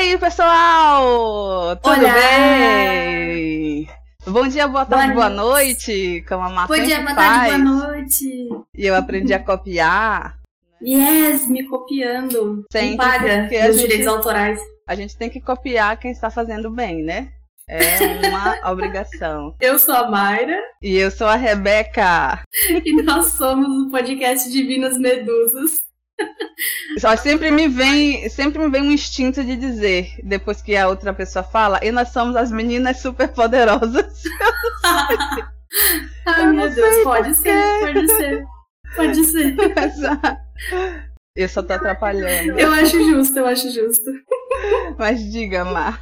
aí, pessoal? Tudo bem? Bom dia, boa tarde, boa noite, como a Má Bom dia, boa faz. tarde, boa noite. E eu aprendi a copiar. Yes, me copiando. Sempre, Me paga porque meus direitos autorais. A gente tem que copiar quem está fazendo bem, né? É uma obrigação. Eu sou a Mayra. E eu sou a Rebeca. E nós somos o podcast Divinas Medusas. Só sempre me vem um instinto de dizer, depois que a outra pessoa fala, e nós somos as meninas super poderosas. Ai, meu Deus, pode ser. Eu só tô atrapalhando. Eu acho justo. Mas diga, Má.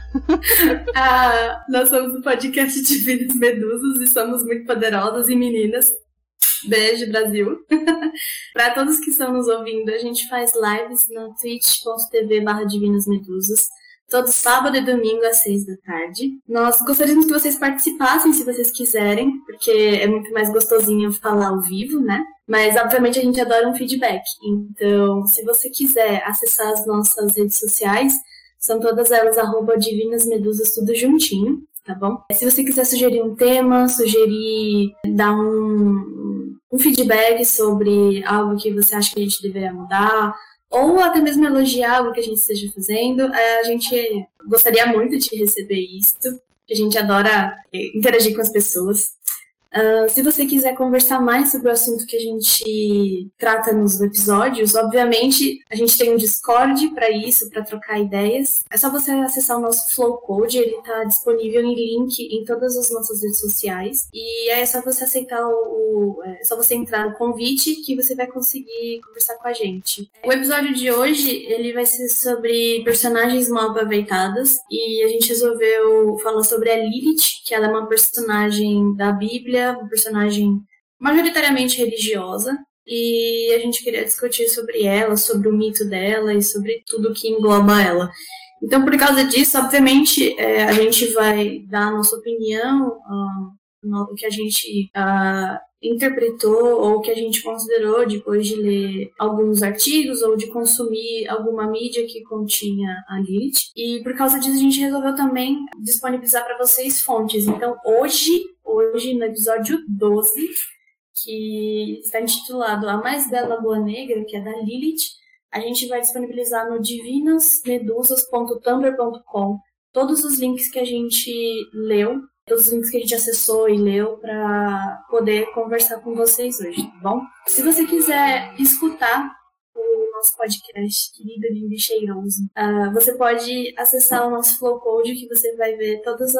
Nós somos o podcast Divinas Medusas e somos muito poderosas e meninas. Beijo, Brasil. Para todos que estão nos ouvindo, a gente faz lives na twitch.tv/divinasmedusas, todo sábado e domingo às 6 da tarde. Nós gostaríamos que vocês participassem, se vocês quiserem, porque é muito mais gostosinho falar ao vivo, né? Mas, obviamente, a gente adora um feedback. Então, se você quiser acessar as nossas redes sociais, são todas elas @divinasmedusas, tudo juntinho, tá bom? Se você quiser sugerir um tema, dar um feedback sobre algo que você acha que a gente deveria mudar, ou até mesmo elogiar algo que a gente esteja fazendo, a gente gostaria muito de receber isso, que a gente adora interagir com as pessoas. Se você quiser conversar mais sobre o assunto que a gente trata nos episódios, obviamente a gente tem um Discord para isso, para trocar ideias. É só você acessar o nosso Flow Code, ele está disponível em link em todas as nossas redes sociais. E aí é só você aceitar é só você entrar no convite que você vai conseguir conversar com a gente. O episódio de hoje, ele vai ser sobre personagens mal aproveitadas, e a gente resolveu falar sobre a Lilith, que ela é uma personagem da Bíblia, uma personagem majoritariamente religiosa, e a gente queria discutir sobre ela, sobre o mito dela e sobre tudo que engloba ela. Então, por causa disso, obviamente, a gente vai dar a nossa opinião, o que a gente interpretou ou o que a gente considerou depois de ler alguns artigos ou de consumir alguma mídia que continha a Lilith. E por causa disso, a gente resolveu também disponibilizar para vocês fontes. Então, hoje, no episódio 12, que está intitulado A Mais Bela Lua Negra, que é da Lilith, a gente vai disponibilizar no divinasmedusas.tumblr.com todos os links que a gente leu, todos os links que a gente acessou e leu para poder conversar com vocês hoje, tá bom? Se você quiser escutar o nosso podcast querido, lindo e cheiroso, você pode acessar o nosso Flow Code, que você vai ver todos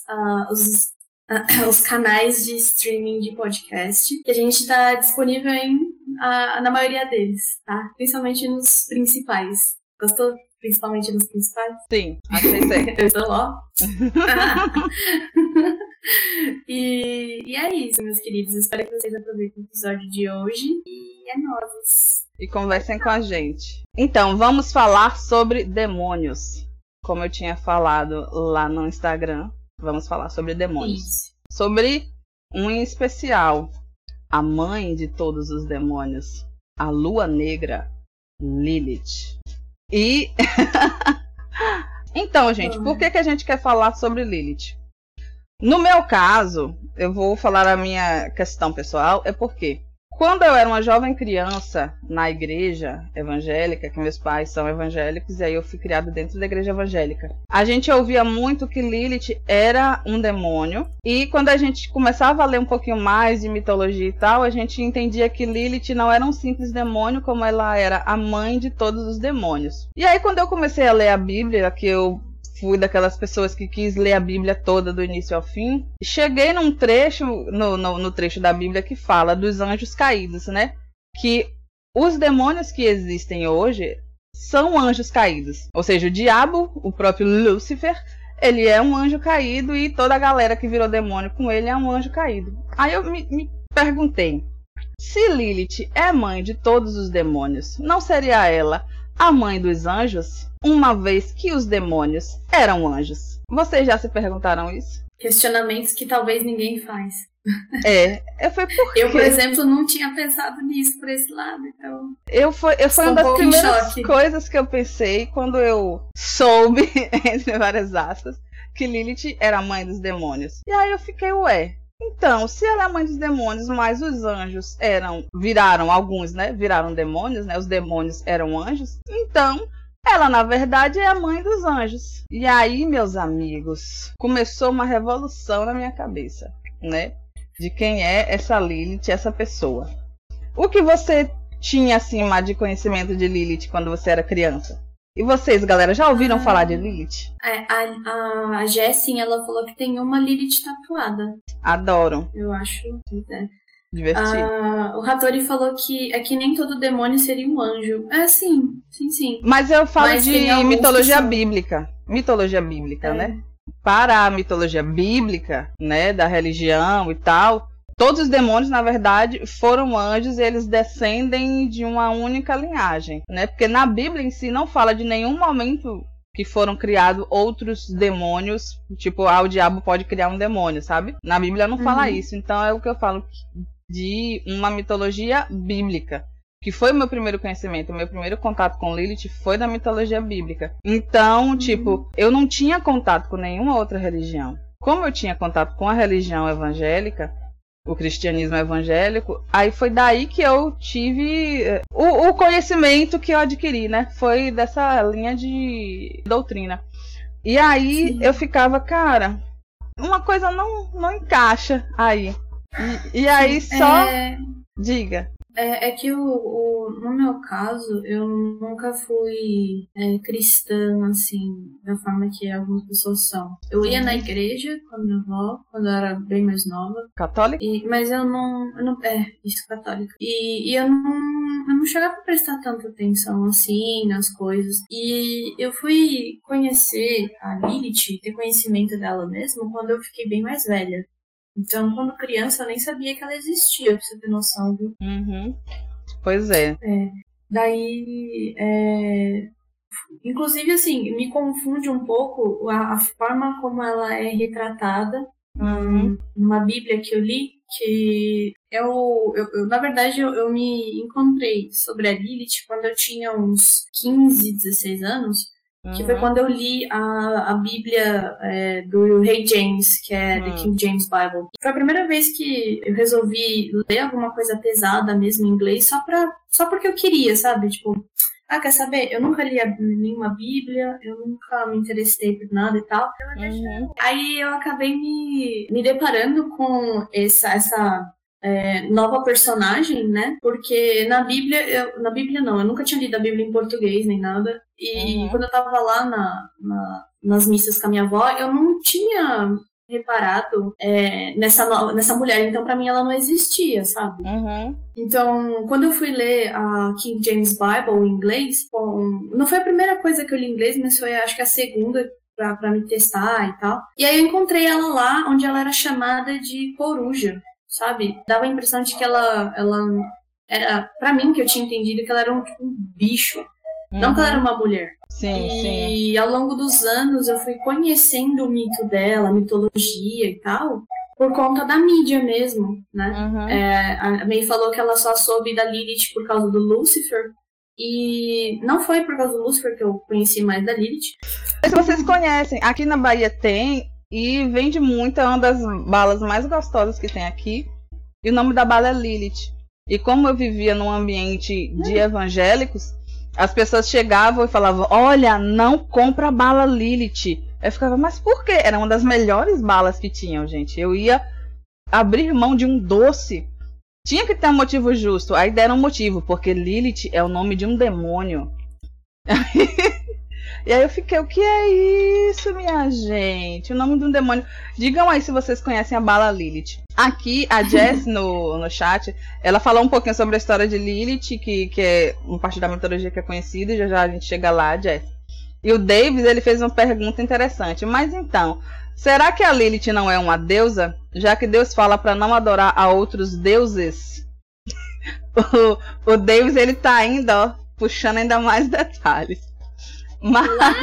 os canais de streaming de podcast, que a gente está disponível na maioria deles, tá? Principalmente nos principais. Gostou? Principalmente nos principais? Sim, aceitei. Eu estou lá. E é isso, meus queridos. Espero que vocês aproveitem o episódio de hoje. E é nóis. E conversem com a gente. Então, vamos falar sobre demônios. Como eu tinha falado lá no Instagram, vamos falar sobre demônios. Isso. Sobre um em especial, a mãe de todos os demônios, a Lua Negra, Lilith. E então, gente, por que a gente quer falar sobre Lilith? No meu caso, eu vou falar a minha questão pessoal, é porque quando eu era uma jovem criança na igreja evangélica, que meus pais são evangélicos, e aí eu fui criada dentro da igreja evangélica, a gente ouvia muito que Lilith era um demônio, e quando a gente começava a ler um pouquinho mais de mitologia e tal, a gente entendia que Lilith não era um simples demônio, como ela era a mãe de todos os demônios. E aí quando eu comecei a ler a Bíblia, que eu fui daquelas pessoas que quis ler a Bíblia toda do início ao fim, cheguei num trecho, no trecho da Bíblia que fala dos anjos caídos, né? Que os demônios que existem hoje são anjos caídos. Ou seja, o diabo, o próprio Lúcifer, ele é um anjo caído, e toda a galera que virou demônio com ele é um anjo caído. Aí eu me perguntei, se Lilith é mãe de todos os demônios, não seria ela a mãe dos anjos, uma vez que os demônios eram anjos? Vocês já se perguntaram isso? Questionamentos que talvez ninguém faz. Foi porque... Eu, por exemplo, não tinha pensado nisso por esse lado, então... Foi uma das primeiras coisas que eu pensei quando eu soube, entre várias aspas, que Lilith era a mãe dos demônios. E aí eu fiquei, então, se ela é a mãe dos demônios, mas os anjos viraram alguns, né? Viraram demônios, né? Os demônios eram anjos. Então, ela, na verdade, é a mãe dos anjos. E aí, meus amigos, começou uma revolução na minha cabeça, né? De quem é essa Lilith, essa pessoa. O que você tinha, assim, mais de conhecimento de Lilith quando você era criança? E vocês, galera, já ouviram falar de Lilith? A Jessie, ela falou que tem uma Lilith tatuada. Adoro. Eu acho divertido. O Hattori falou que nem todo demônio seria um anjo. Sim. Mas eu falo de mitologia bíblica. Mitologia bíblica, né? Para a mitologia bíblica, né, da religião e tal, todos os demônios, na verdade, foram anjos e eles descendem de uma única linhagem, né? Porque na Bíblia em si não fala de nenhum momento que foram criados outros demônios, tipo, o diabo pode criar um demônio, sabe? Na Bíblia não fala isso, então é o que eu falo de uma mitologia bíblica, que foi o meu primeiro conhecimento, o meu primeiro contato com Lilith foi da mitologia bíblica. Então, tipo, eu não tinha contato com nenhuma outra religião. Como eu tinha contato com a religião evangélica, o cristianismo evangélico, aí foi daí que eu tive o conhecimento que eu adquiri, né? Foi dessa linha de doutrina. E aí eu ficava, cara, uma coisa não encaixa aí. E aí só... Diga. É que no meu caso, eu nunca fui cristã, assim, da forma que algumas pessoas são. Eu ia na igreja com a minha avó, quando eu era bem mais nova. Católica? Mas eu não... Isso, católica. E eu não chegava a prestar tanta atenção, assim, nas coisas. E eu fui conhecer a Lilith, ter conhecimento dela mesmo, quando eu fiquei bem mais velha. Então, quando criança, eu nem sabia que ela existia, pra você ter noção, viu? Pois é. Daí, inclusive, assim, me confunde um pouco a forma como ela é retratada numa Bíblia que eu li, que na verdade, eu me encontrei sobre a Lilith quando eu tinha uns 15, 16 anos, que foi quando eu li a Bíblia do Rei James, que é The King James Bible. Foi a primeira vez que eu resolvi ler alguma coisa pesada mesmo em inglês, só porque eu queria, sabe? Tipo, quer saber? Eu nunca li nenhuma Bíblia, eu nunca me interessei por nada e tal. Aí eu acabei me deparando com essa nova personagem, né? Porque na Bíblia eu nunca tinha lido a Bíblia em português nem nada. E quando eu tava lá nas missas com a minha avó, eu não tinha reparado nessa mulher. Então, pra mim, ela não existia, sabe? Então, quando eu fui ler a King James Bible em inglês, não foi a primeira coisa que eu li em inglês, mas foi, acho que a segunda pra me testar e tal. E aí eu encontrei ela lá, onde ela era chamada de coruja, sabe? Dava a impressão de que ela era, pra mim, que eu tinha entendido, que ela era um bicho. Não que ela era uma mulher. Sim. E ao longo dos anos eu fui conhecendo o mito dela, a mitologia e tal, por conta da mídia mesmo, né? A May falou que ela só soube da Lilith por causa do Lúcifer. E não foi por causa do Lúcifer que eu conheci mais da Lilith. Se vocês conhecem, aqui na Bahia tem, e vende muito, é uma das balas mais gostosas que tem aqui. E o nome da bala é Lilith. E como eu vivia num ambiente de evangélicos, as pessoas chegavam e falavam, olha, não compra a bala Lilith. Eu ficava, mas por quê? Era uma das melhores balas que tinham, gente. Eu ia abrir mão de um doce. Tinha que ter um motivo justo. Aí deram um motivo, porque Lilith é o nome de um demônio. E aí eu fiquei, o que é isso, minha gente? O nome de um demônio. Digam aí se vocês conhecem a bala Lilith. Aqui, a Jess, no chat, ela falou um pouquinho sobre a história de Lilith, que é uma parte da mitologia que é conhecida, e já a gente chega lá, Jess. E o Davis, ele fez uma pergunta interessante. Mas então, será que a Lilith não é uma deusa? Já que Deus fala para não adorar a outros deuses? o Davis, ele tá ainda, puxando ainda mais detalhes. Mas... lá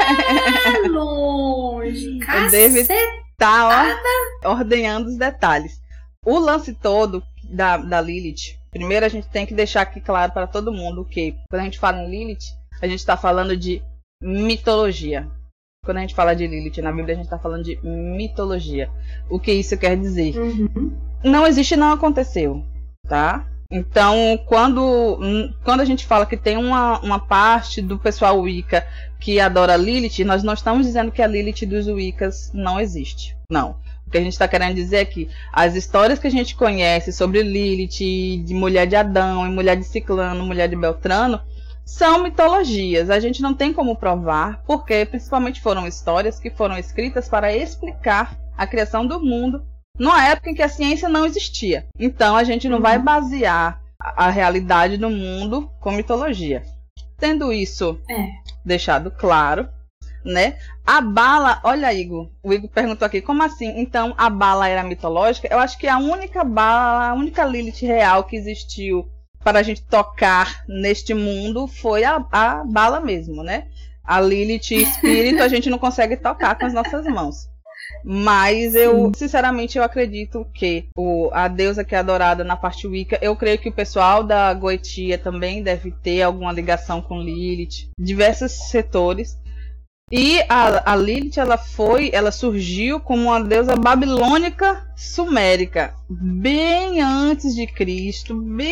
longe, o David tá ordenhando os detalhes. O lance todo da Lilith, primeiro a gente tem que deixar aqui claro para todo mundo que quando a gente fala em Lilith, a gente está falando de mitologia. Quando a gente fala de Lilith na Bíblia, a gente está falando de mitologia. O que isso quer dizer? Não existe, não aconteceu, tá? Então, quando a gente fala que tem uma parte do pessoal Wicca que adora Lilith, nós não estamos dizendo que a Lilith dos Wiccas não existe. Não. O que a gente está querendo dizer é que as histórias que a gente conhece sobre Lilith, de mulher de Adão, e mulher de Ciclano, mulher de Beltrano, são mitologias. A gente não tem como provar, porque principalmente foram histórias que foram escritas para explicar a criação do mundo numa época em que a ciência não existia. Então a gente não vai basear a realidade do mundo com mitologia. Tendo isso deixado claro, né? A bala, olha, Igor, o Igor perguntou aqui, como assim? Então a bala era mitológica? Eu acho que a única bala, a única Lilith real que existiu para a gente tocar neste mundo foi a bala mesmo, né? A Lilith espírito a gente não consegue tocar com as nossas mãos. Mas eu, sinceramente, eu acredito que a deusa que é adorada na parte Wicca, eu creio que o pessoal da Goetia também deve ter alguma ligação com Lilith, diversos setores. E a Lilith, ela surgiu como uma deusa babilônica sumérica, bem antes de Cristo,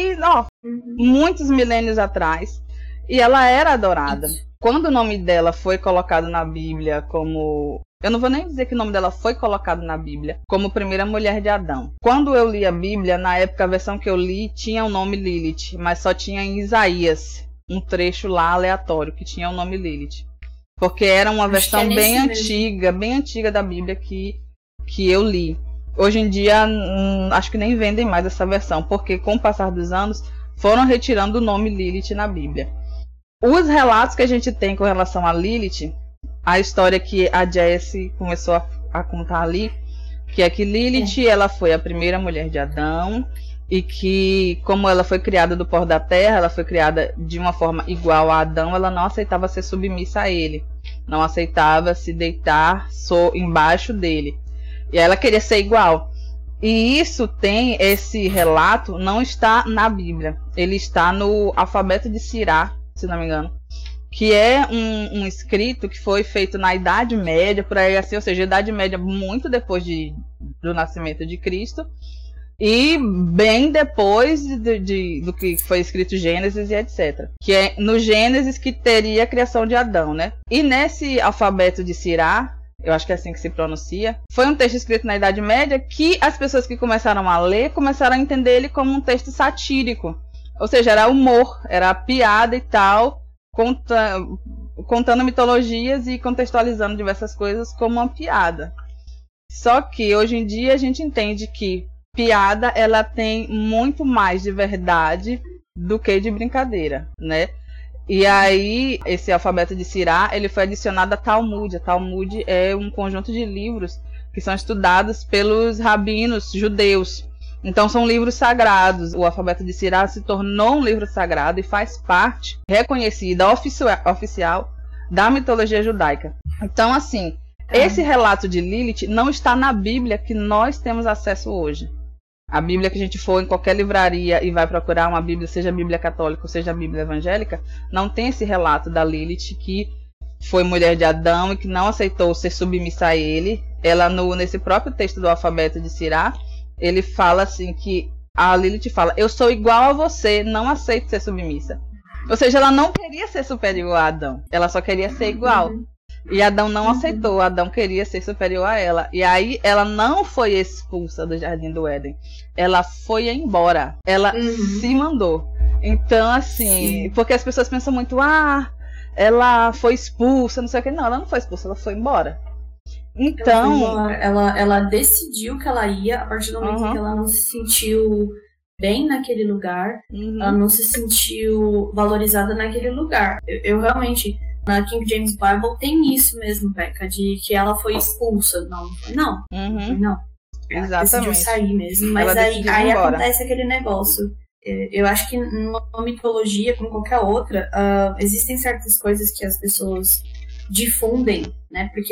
muitos milênios atrás, e ela era adorada. Quando o nome dela foi colocado na Bíblia como... Eu não vou nem dizer que o nome dela foi colocado na Bíblia como primeira mulher de Adão. Quando eu li a Bíblia, na época a versão que eu li tinha o nome Lilith, mas só tinha em Isaías, um trecho lá aleatório que tinha o nome Lilith. Porque era uma versão bem antiga da Bíblia que eu li. Hoje em dia, acho que nem vendem mais essa versão, porque com o passar dos anos, foram retirando o nome Lilith na Bíblia. Os relatos que a gente tem com relação a Lilith, a história que a Jessie começou a contar ali, que é que Lilith ela foi a primeira mulher de Adão, e que, como ela foi criada do pó da terra, ela foi criada de uma forma igual a Adão, ela não aceitava ser submissa a ele, não aceitava se deitar embaixo dele, e ela queria ser igual. E isso tem, esse relato não está na Bíblia, ele está no alfabeto de Sirá, se não me engano, que é um escrito que foi feito na Idade Média, por aí assim, ou seja, Idade Média muito depois do nascimento de Cristo, e bem depois do que foi escrito Gênesis e etc. Que é no Gênesis que teria a criação de Adão, né? E nesse alfabeto de Sirá, eu acho que é assim que se pronuncia, foi um texto escrito na Idade Média que as pessoas que começaram a ler começaram a entender ele como um texto satírico. Ou seja, era humor, era piada e tal, contando mitologias e contextualizando diversas coisas como uma piada. Só que hoje em dia a gente entende que piada ela tem muito mais de verdade do que de brincadeira, né? E aí esse alfabeto de Sirá ele foi adicionado a Talmud. A Talmud é um conjunto de livros que são estudados pelos rabinos judeus. Então são livros sagrados. O alfabeto de Sirá se tornou um livro sagrado e faz parte reconhecida oficial da mitologia judaica. Então assim, esse relato de Lilith não está na Bíblia que nós temos acesso hoje. A Bíblia que a gente for em qualquer livraria e vai procurar uma Bíblia, seja a Bíblia católica ou seja a Bíblia evangélica, não tem esse relato da Lilith que foi mulher de Adão e que não aceitou ser submissa a ele. Ela nesse próprio texto do alfabeto de Sirá, ele fala assim que a Lilith fala, eu sou igual a você, não aceito ser submissa. Ou seja, ela não queria ser superior a Adão, ela só queria ser igual. E Adão não aceitou, Adão queria ser superior a ela. E aí ela não foi expulsa do Jardim do Éden. Ela foi embora. Ela se mandou. Então, assim, porque as pessoas pensam muito, ela foi expulsa, não sei o que. Não, ela não foi expulsa, ela foi embora. Então... Ela decidiu que ela ia, a partir do momento que ela não se sentiu bem naquele lugar, ela não se sentiu valorizada naquele lugar. Eu realmente... Na King James Bible tem isso mesmo, Becca, de que ela foi expulsa. Não. Ela exatamente. Decidiu sair mesmo. Mas aí acontece aquele negócio. Eu acho que numa mitologia, como qualquer outra, existem certas coisas que as pessoas difundem, né? Porque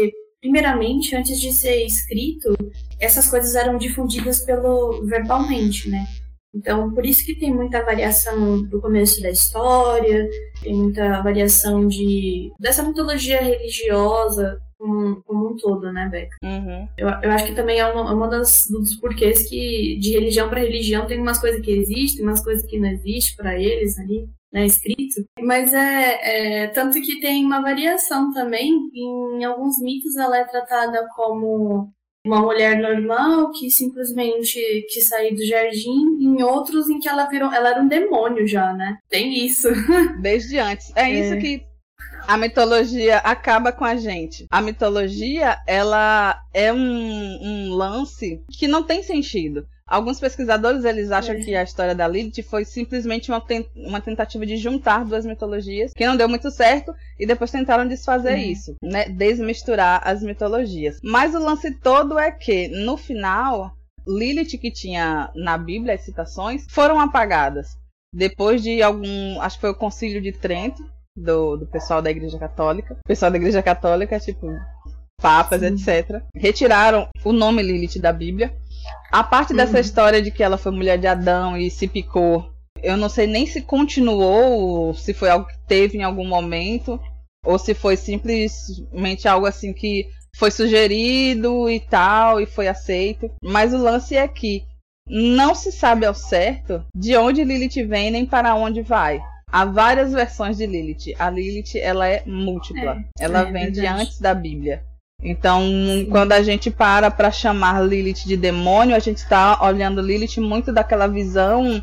primeiramente, antes de ser escrito, essas coisas eram difundidas verbalmente, né? Então, por isso que tem muita variação do começo da história, tem muita variação dessa mitologia religiosa como um todo, né, Beca? Uhum. Eu acho que também é uma dos porquês que de religião para religião tem umas coisas que existem, umas coisas que não existem para eles ali, né, escrito. Mas tanto que tem uma variação também. Em alguns mitos ela é tratada como uma mulher normal que simplesmente quis sair do jardim, em outros em que ela era um demônio já, né? Tem isso. Desde antes. Isso que a mitologia acaba com a gente. A mitologia, ela é um lance que não tem sentido. Alguns pesquisadores, eles acham que a história da Lilith foi simplesmente uma tentativa de juntar duas mitologias, que não deu muito certo, e depois tentaram desfazer isso, né? Desmisturar as mitologias. Mas o lance todo é que, no final, Lilith, que tinha na Bíblia as citações, foram apagadas. Depois de acho que foi o Concílio de Trento, do pessoal da Igreja Católica. O pessoal da Igreja Católica, tipo, papas, etc. Retiraram o nome Lilith da Bíblia. A parte dessa história de que ela foi mulher de Adão e se picou, eu não sei nem se continuou, se foi algo que teve em algum momento, ou se foi simplesmente algo assim que foi sugerido e tal, e foi aceito. Mas o lance é que não se sabe ao certo de onde Lilith vem nem para onde vai. Há várias versões de Lilith. A Lilith, ela é múltipla. Ela vem de antes da Bíblia. Então, quando a gente para chamar Lilith de demônio, a gente está olhando Lilith muito daquela visão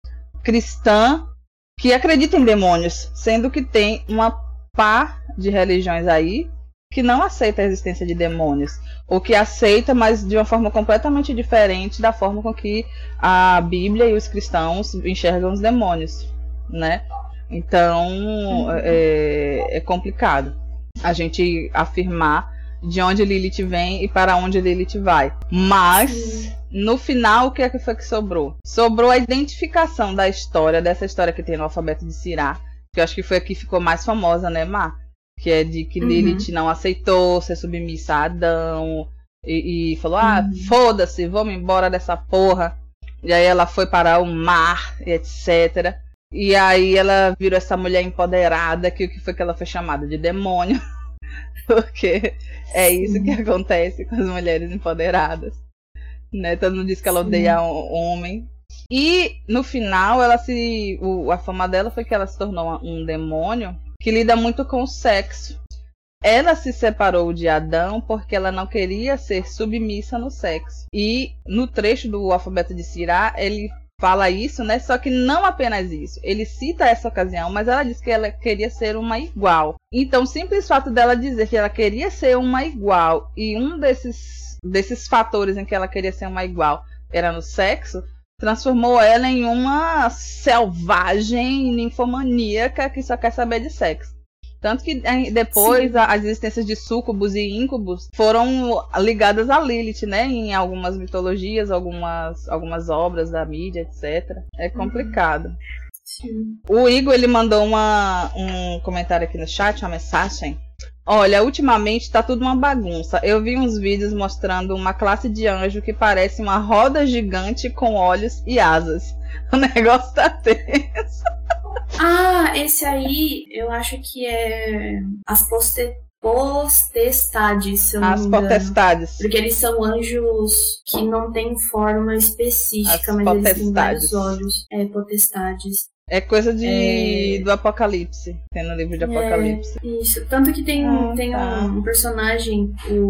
cristã que acredita em demônios, sendo que tem uma pá de religiões aí que não aceita a existência de demônios, ou que aceita, mas de uma forma completamente diferente da forma com que a Bíblia e os cristãos enxergam os demônios, né? Então, é complicado a gente afirmar de onde Lilith vem e para onde Lilith vai. Mas, no final, o que é que foi que sobrou? Sobrou a identificação da história, dessa história que tem no Alfabeto de Sirá, que eu acho que foi a que ficou mais famosa, né, Mar? Que é de que Lilith não aceitou ser submissa a Adão e falou, foda-se, vamos embora dessa porra. E aí ela foi para o mar, etc. E aí ela virou essa mulher empoderada, que o que foi que ela foi chamada de demônio. Porque é isso que acontece com as mulheres empoderadas, né? Todo mundo diz que ela odeia homem. E no final a fama dela foi que ela se tornou um demônio que lida muito com o sexo. Ela se separou de Adão porque ela não queria ser submissa no sexo. E no trecho do Alfabeto de Sirá, ele fala isso, né? Só que não apenas isso. Ele cita essa ocasião, mas ela diz que ela queria ser uma igual. Então, o simples fato dela dizer que ela queria ser uma igual e um desses fatores em que ela queria ser uma igual era no sexo, transformou ela em uma selvagem ninfomaníaca que só quer saber de sexo. Tanto que depois as existências de súcubos e íncubos foram ligadas a Lilith, né? Em algumas mitologias, algumas obras da mídia, etc. É complicado. Sim. O Igor, ele mandou um comentário aqui no chat, uma mensagem. Olha, ultimamente tá tudo uma bagunça. Eu vi uns vídeos mostrando uma classe de anjo que parece uma roda gigante com olhos e asas. O negócio tá tenso. Esse aí, eu acho que é as potestades, se eu não me engano. As potestades. Porque eles são anjos que não têm forma específica, mas eles têm vários olhos. Potestades. É coisa do Apocalipse. Tem no livro de Apocalipse. Isso. Tanto que tem um personagem,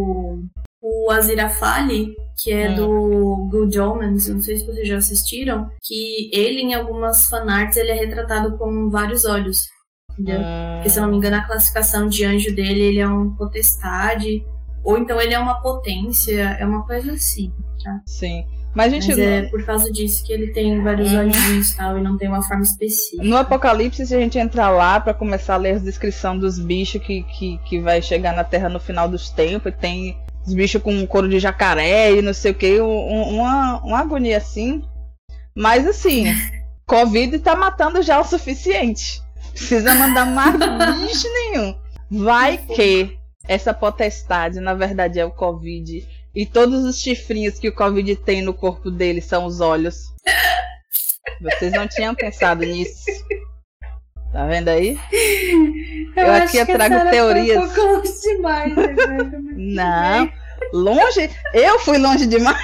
o Aziraphale, que é do Good Omens, não sei se vocês já assistiram, que ele, em algumas fanarts, ele é retratado com vários olhos, entendeu? Porque, se eu não me engano, a classificação de anjo dele, ele é um potestade, ou então ele é uma potência, é uma coisa assim, tá? Sim. Mas é por causa disso que ele tem vários olhinhos e tal, e não tem uma forma específica. No Apocalipse, se a gente entrar lá pra começar a ler a descrição dos bichos que vai chegar na Terra no final dos tempos, tem os bichos com couro de jacaré e não sei o que, uma agonia assim. Mas assim, Covid tá matando já o suficiente. Precisa mandar mais bicho nenhum. Vai que essa potestade, na verdade, é o Covid. E todos os chifrinhos que o Covid tem no corpo dele são os olhos. Vocês não tinham pensado nisso? Tá vendo aí? Eu aqui trago teorias. Um pouco longe demais, né? Não, longe? Eu fui longe demais.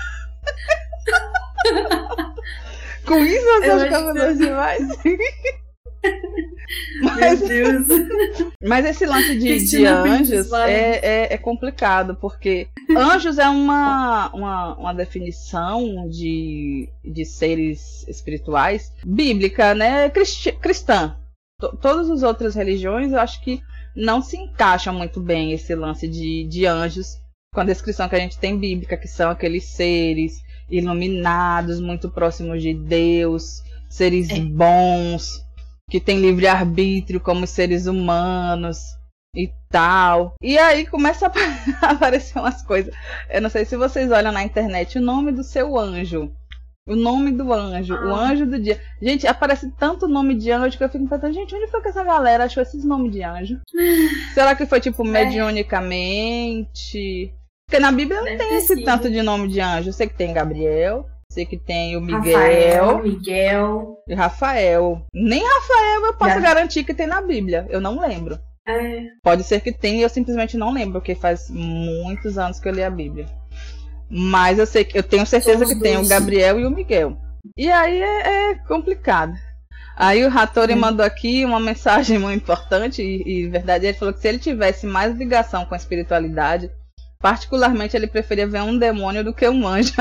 Com isso você acha que eu fui longe demais? Mas, meu Deus. Mas esse lance de anjos é complicado, porque anjos é uma definição de seres espirituais bíblica, né? Cristã. Todas as outras religiões eu acho que não se encaixa muito bem esse lance de anjos com a descrição que a gente tem bíblica, que são aqueles seres iluminados, muito próximos de Deus, seres bons, que têm livre-arbítrio como os seres humanos e tal. E aí começa a aparecer umas coisas. Eu não sei se vocês olham na internet o nome do seu anjo. O nome do anjo, o anjo do dia. Gente, aparece tanto nome de anjo que eu fico pensando, gente, onde foi que essa galera achou esses nomes de anjo? Será que foi tipo mediunicamente? Porque na Bíblia não tem esse tanto de nome de anjo. Eu sei que tem Gabriel, sei que tem o Miguel e Rafael. Nem Rafael eu posso garantir que tem na Bíblia. Eu não lembro. Pode ser que tenha e eu simplesmente não lembro, porque faz muitos anos que eu li a Bíblia. Mas eu tenho certeza que tem o Gabriel e o Miguel. E aí é complicado. Aí o Hattori mandou aqui uma mensagem muito importante e verdade. Ele falou que se ele tivesse mais ligação com a espiritualidade, particularmente ele preferia ver um demônio do que um anjo.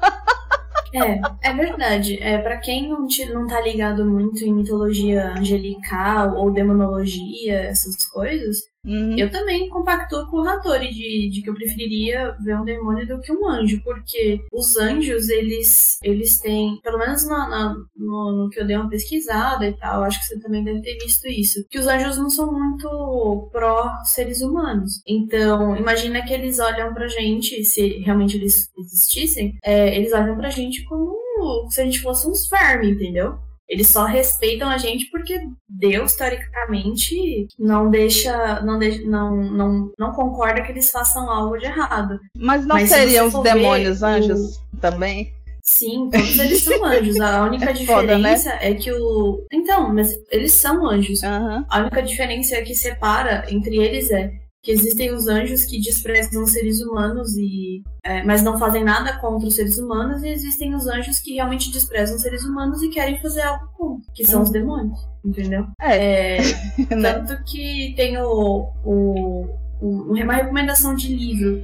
É verdade. Pra quem não tá ligado muito em mitologia angelical ou demonologia, essas coisas, eu também compactuo com o Hattori de que eu preferiria ver um demônio do que um anjo, porque os anjos, eles têm, pelo menos no que eu dei uma pesquisada e tal, acho que você também deve ter visto isso, que os anjos não são muito pró-seres humanos. Então, imagina que eles olham pra gente, se realmente eles existissem, eles olham pra gente como se a gente fosse uns vermes, entendeu? Eles só respeitam a gente porque Deus, teoricamente, não concorda que eles façam algo de errado. Mas seriam os demônios anjos também? Sim, todos eles são anjos. A única diferença é que Então, mas eles são anjos. Uhum. A única diferença que separa entre eles é que existem os anjos que desprezam os seres humanos mas não fazem nada contra os seres humanos, e existem os anjos que realmente desprezam os seres humanos e querem fazer algo contra, que são os demônios, entendeu? Tanto que tem uma recomendação de livro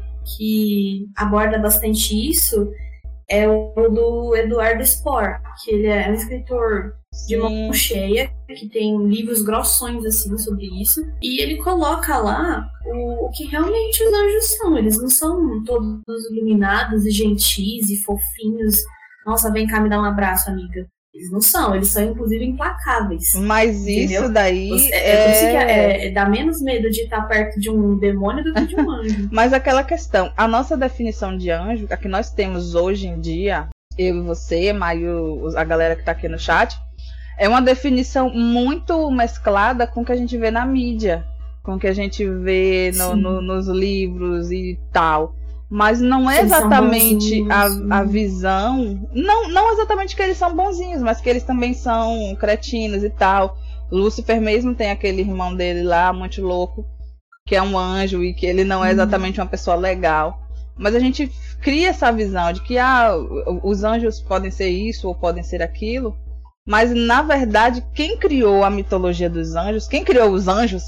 que aborda bastante isso, é o do Eduardo Spohr, que ele é um escritor de mão cheia, que tem livros grossões assim sobre isso, e ele coloca lá o que realmente os anjos são. Eles não são todos iluminados e gentis e fofinhos. Nossa, vem cá me dar um abraço, amiga. Eles não são, eles são inclusive implacáveis. Mas entendeu? Isso daí por isso que dá menos medo de estar perto de um demônio do que de um anjo. Mas aquela questão, a nossa definição de anjo, a que nós temos hoje em dia, eu e você, Maio, a galera que tá aqui no chat, é uma definição muito mesclada com o que a gente vê na mídia, com o que a gente vê nos livros e tal. Mas não é exatamente a visão. Não exatamente que eles são bonzinhos, mas que eles também são cretinos e tal. Lúcifer mesmo tem aquele irmão dele lá, muito louco, que é um anjo e que ele não é exatamente uma pessoa legal. Mas a gente cria essa visão de que os anjos podem ser isso ou podem ser aquilo. Mas, na verdade, quem criou a mitologia dos anjos, quem criou os anjos?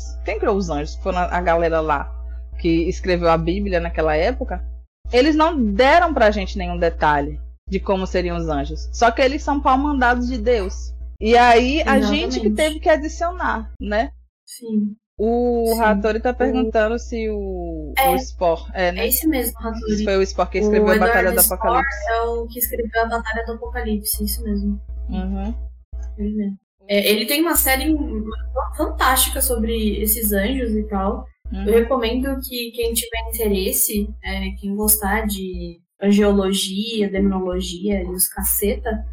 Foi a galera lá que escreveu a Bíblia naquela época. Eles não deram pra gente nenhum detalhe de como seriam os anjos. Só que eles são pau-mandados de Deus. E aí, a gente que teve que adicionar, né? Sim. O Hattori tá perguntando se o Spohr... né? É esse mesmo, Hattori. Foi o Spohr que escreveu a Batalha do Apocalipse. É o que escreveu a Batalha do Apocalipse, isso mesmo. Uhum. Ele mesmo. Ele tem uma série fantástica sobre esses anjos e tal. Eu recomendo que quem tiver interesse, quem gostar de angiologia, demonologia e os caceta,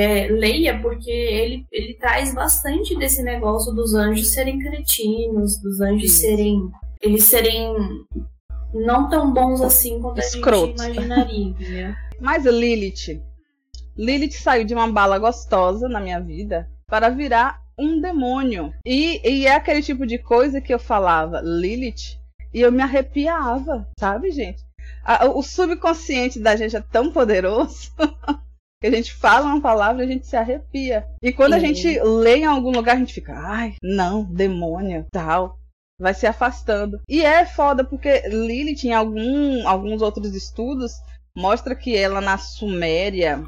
leia, porque ele traz bastante desse negócio dos anjos serem cretinos, dos anjos serem eles serem não tão bons assim quanto Escrotos. a gente imaginaria, né? Mas Lilith saiu de uma bala gostosa na minha vida para virar um demônio. E é aquele tipo de coisa que eu falava Lilith e eu me arrepiava, sabe, gente? O subconsciente da gente é tão poderoso que a gente fala uma palavra e a gente se arrepia. E quando a gente lê em algum lugar, a gente fica, ai, não, demônio, tal. Vai se afastando. E é foda porque Lilith, em alguns outros estudos, mostra que ela na Suméria,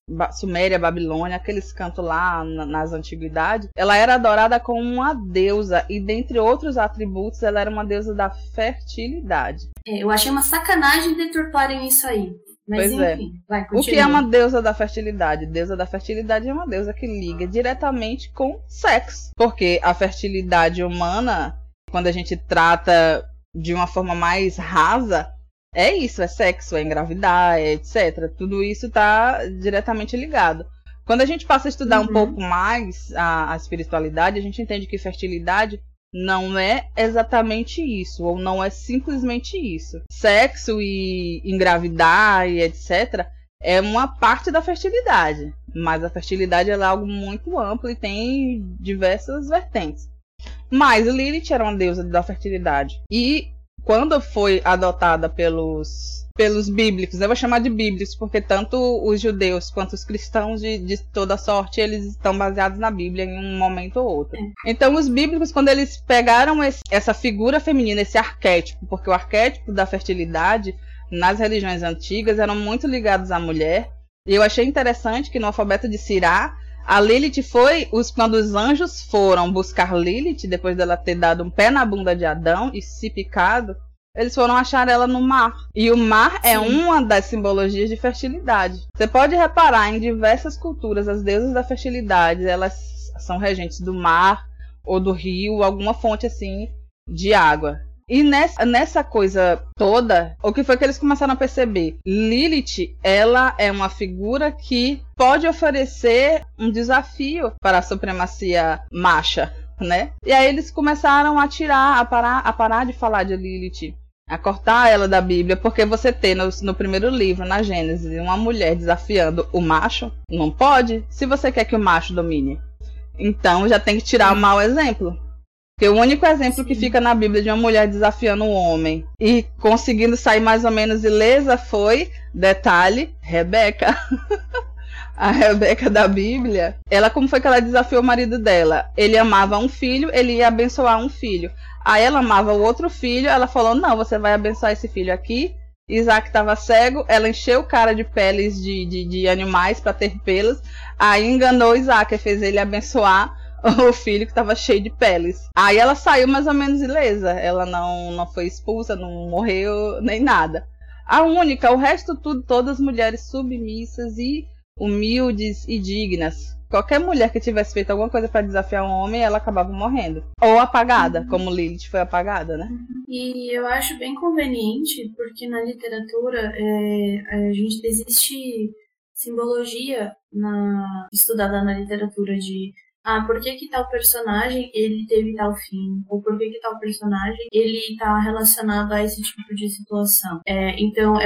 Babilônia, aqueles cantos lá nas antiguidades, ela era adorada como uma deusa e dentre outros atributos ela era uma deusa da fertilidade. Eu achei uma sacanagem deturparem isso aí. Mas pois enfim, vai, continua. O que é uma deusa da fertilidade? Deusa da fertilidade é uma deusa que liga diretamente com sexo. Porque a fertilidade humana, quando a gente trata de uma forma mais rasa, é isso, é sexo, é engravidar, é etc. Tudo isso está diretamente ligado. Quando a gente passa a estudar um pouco mais a espiritualidade, a gente entende que fertilidade não é exatamente isso, ou não é simplesmente isso. Sexo e engravidar e etc. é uma parte da fertilidade, mas a fertilidade é algo muito amplo e tem diversas vertentes. Mas Lilith era uma deusa da fertilidade. E quando foi adotada pelos bíblicos, eu vou chamar de bíblicos, porque tanto os judeus quanto os cristãos de toda sorte, eles estão baseados na Bíblia em um momento ou outro. Então os bíblicos, quando eles pegaram essa figura feminina, esse arquétipo, porque o arquétipo da fertilidade nas religiões antigas eram muito ligados à mulher, e eu achei interessante que no alfabeto de Sirá, a Lilith foi, quando os anjos foram buscar Lilith, depois dela ter dado um pé na bunda de Adão e se picado, eles foram achar ela no mar. E o mar é uma das simbologias de fertilidade. Você pode reparar em diversas culturas, as deusas da fertilidade, elas são regentes do mar ou do rio, alguma fonte assim de água. E nessa coisa toda, o que foi que eles começaram a perceber? Lilith, ela é uma figura que pode oferecer um desafio para a supremacia macha, né? E aí eles começaram a tirar, a parar de falar de Lilith, a cortar ela da Bíblia, porque você tem no primeiro livro, na Gênesis, uma mulher desafiando o macho, não pode, se você quer que o macho domine. Então já tem que tirar o mau exemplo. Porque o único exemplo que fica na Bíblia de uma mulher desafiando um homem e conseguindo sair mais ou menos ilesa foi, detalhe, Rebeca. A Rebeca da Bíblia, como foi que ela desafiou o marido dela? Ele amava um filho, ele ia abençoar um filho. Aí ela amava o outro filho, ela falou, não, você vai abençoar esse filho aqui. Isaac estava cego, ela encheu o cara de peles de animais para ter pelos. Aí enganou Isaac e fez ele abençoar o filho que estava cheio de peles. Aí ela saiu mais ou menos ilesa. Ela não foi expulsa, não morreu, nem nada. O resto tudo, todas mulheres submissas e humildes e dignas. Qualquer mulher que tivesse feito alguma coisa para desafiar um homem, ela acabava morrendo. Ou apagada, como Lilith foi apagada, né? E eu acho bem conveniente, porque na literatura existe simbologia estudada na literatura de por que tal personagem ele teve tal fim? Ou por que tal personagem ele está relacionado a esse tipo de situação? Então,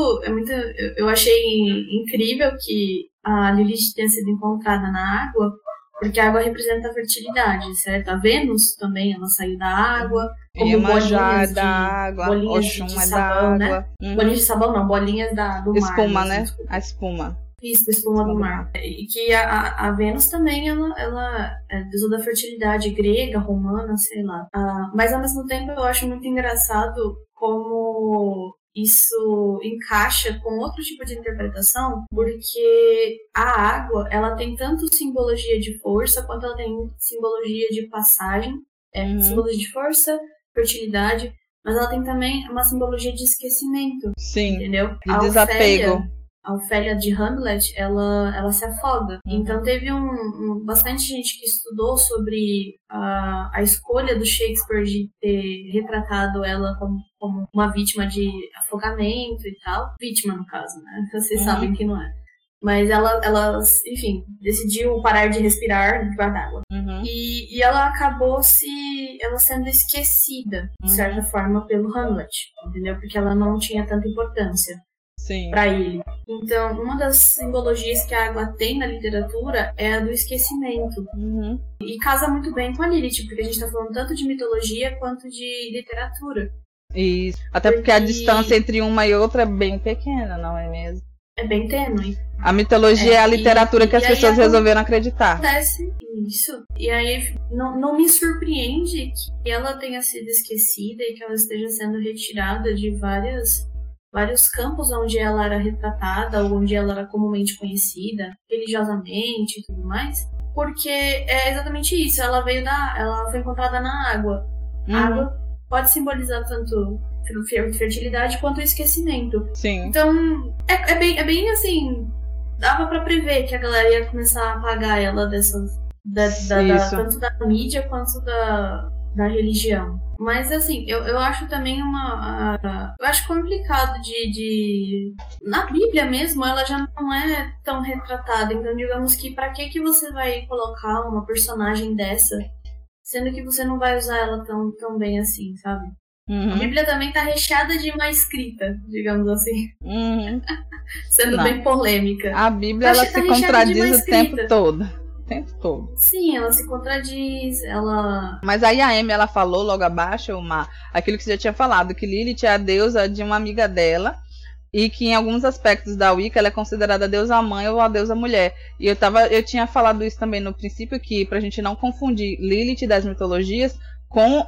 eu achei incrível que a Lilith tenha sido encontrada na água, porque a água representa a fertilidade, certo? A Vênus também, ela saiu da água, como bolinhas da água, bolinhas Oxum de é sabão, da né? água. Bolinhas de sabão não, bolinhas do espuma, mar. Né? A espuma. Isso, espuma do mar. E que a Vênus também, ela é deusa da fertilidade grega, romana, sei lá. Mas ao mesmo tempo eu acho muito engraçado como isso encaixa com outro tipo de interpretação, porque a água, ela tem tanto simbologia de força, quanto ela tem simbologia de passagem. Simbologia de força, fertilidade, mas ela tem também uma simbologia de esquecimento. Sim, entendeu? De desapego. A Ofélia de Hamlet, ela se afoga. Então teve bastante gente que estudou sobre a escolha do Shakespeare de ter retratado ela como uma vítima de afogamento e tal. Vítima, no caso, né? Vocês sabem que não é. Mas ela, enfim, decidiu parar de respirar debaixo d'água. E ela acabou se ela sendo esquecida, de certa forma, pelo Hamlet, entendeu? Porque ela não tinha tanta importância para ele. Então, uma das simbologias que a água tem na literatura é a do esquecimento. E casa muito bem com a Lilith, porque a gente tá falando tanto de mitologia quanto de literatura. Isso. Até porque a distância entre uma e outra é bem pequena, não é mesmo? É bem tênue. A mitologia é a literatura que as pessoas resolveram acreditar. Acontece isso. E aí não me surpreende que ela tenha sido esquecida e que ela esteja sendo retirada de vários campos onde ela era retratada ou onde ela era comumente conhecida, religiosamente e tudo mais. Porque é exatamente isso. Ela foi encontrada na água. A água pode simbolizar tanto fertilidade quanto o esquecimento. Sim. Então, é bem assim, dava pra prever que a galera ia começar a apagar ela tanto da mídia quanto da religião. Mas assim, eu acho também eu acho complicado na Bíblia mesmo, ela já não é tão retratada. Então, digamos que pra que você vai colocar uma personagem dessa, sendo que você não vai usar ela tão bem assim, sabe? A Bíblia também tá recheada de má escrita, digamos assim. Sendo bem polêmica. A Bíblia, ela se contradiz o tempo todo. Sim, ela se contradiz, ela... Mas aí a Amy, ela falou logo abaixo, aquilo que você já tinha falado, que Lilith é a deusa de uma amiga dela, e que em alguns aspectos da Wicca ela é considerada a deusa mãe ou a deusa mulher. E eu tinha falado isso também no princípio, que pra gente não confundir Lilith das mitologias com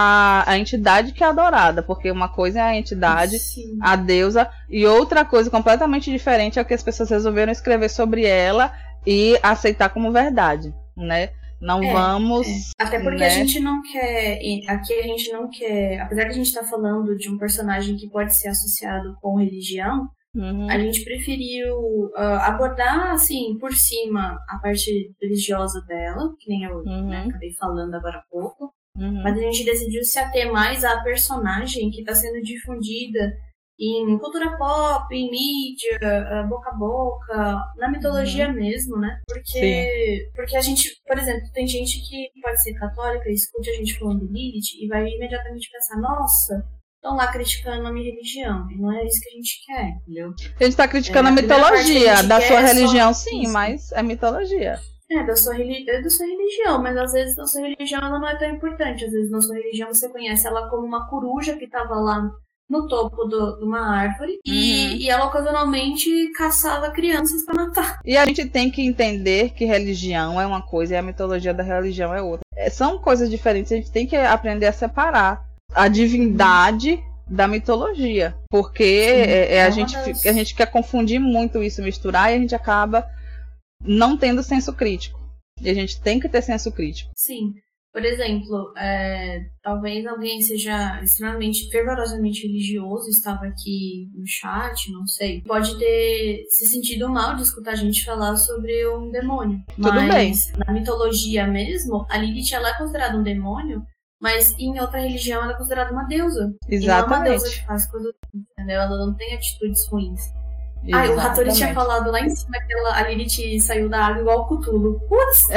a entidade que é adorada, porque uma coisa é a entidade, sim, a deusa, e outra coisa completamente diferente é o que as pessoas resolveram escrever sobre ela e aceitar como verdade, né? Não vamos... Até porque a gente não quer... Aqui a gente não quer... Apesar que a gente tá falando de um personagem que pode ser associado com religião, a gente preferiu abordar, assim, por cima a parte religiosa dela, que nem eu acabei falando agora há pouco, mas a gente decidiu se ater mais à personagem que está sendo difundida em cultura pop, em mídia, boca a boca, na mitologia mesmo, né? Porque a gente, por exemplo, tem gente que pode ser católica e escute a gente falando Lilith e vai imediatamente pensar, nossa, estão lá criticando a minha religião. E não é isso que a gente quer, entendeu? A gente está criticando a mitologia da sua religião, sim, mas é mitologia. Da sua religião, mas às vezes na sua religião ela não é tão importante. Às vezes na sua religião você conhece ela como uma coruja que estava lá no topo de uma árvore e ela ocasionalmente caçava crianças para matar. E a gente tem que entender que religião é uma coisa e a mitologia da religião é outra. São coisas diferentes, a gente tem que aprender a separar a divindade da mitologia, porque a gente quer confundir muito isso, misturar, e a gente acaba não tendo senso crítico. E a gente tem que ter senso crítico. Sim. Por exemplo, talvez alguém seja extremamente, fervorosamente religioso, estava aqui no chat, não sei. Pode ter se sentido mal de escutar a gente falar sobre um demônio. Tudo bem. Na mitologia mesmo, a Lilith ela é considerada um demônio, mas em outra religião ela é considerada uma deusa. Exatamente. E não é uma deusa que faz coisas, entendeu? Ela não tem atitudes ruins. O Hattori tinha falado lá em cima que a Lilith saiu da água igual o Cthulhu. Putz!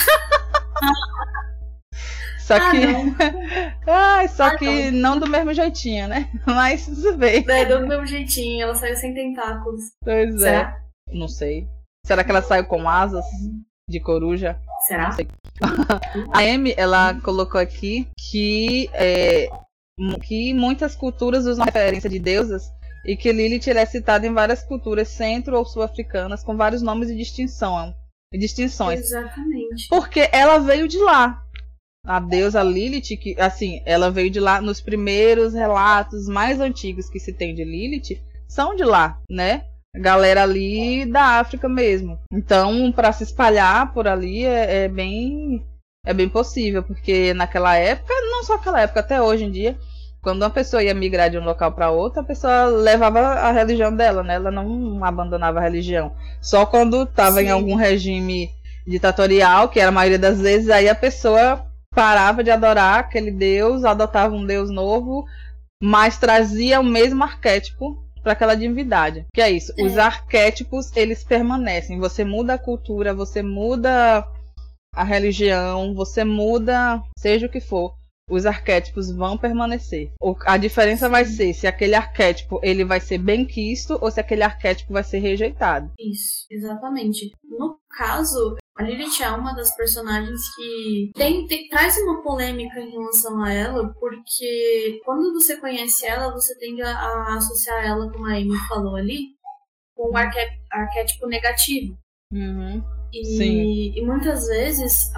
Só que não do mesmo jeitinho, né? Mas tudo bem. Do mesmo jeitinho, ela saiu sem tentáculos. Pois Será? Não sei. Será que ela saiu com asas de coruja? Será? Não sei. A Amy, ela colocou aqui que muitas culturas usam referência de deusas e que Lilith é citada em várias culturas centro- ou sul-africanas com vários nomes e distinções. Exatamente. Porque ela veio de lá. A deusa Lilith, que assim, ela veio de lá. Nos primeiros relatos mais antigos que se tem de Lilith, são de lá, né? Galera ali da África mesmo. Então, para se espalhar por ali é bem possível, porque naquela época, não só naquela época, até hoje em dia, quando uma pessoa ia migrar de um local para outro, a pessoa levava a religião dela, né? Ela não abandonava a religião. Só quando estava em algum regime ditatorial, que era a maioria das vezes, aí a pessoa parava de adorar aquele deus, adotava um deus novo, mas trazia o mesmo arquétipo para aquela divindade. Que é isso, os arquétipos, eles permanecem. Você muda a cultura, você muda a religião, você muda seja o que for, os arquétipos vão permanecer. A diferença vai ser se aquele arquétipo ele vai ser bem quisto ou se aquele arquétipo vai ser rejeitado. Isso, exatamente. No caso, a Lilith é uma das personagens que traz uma polêmica em relação a ela, porque quando você conhece ela, você tende a associar ela, como a Amy falou ali, com um arquétipo negativo. Uhum. E muitas vezes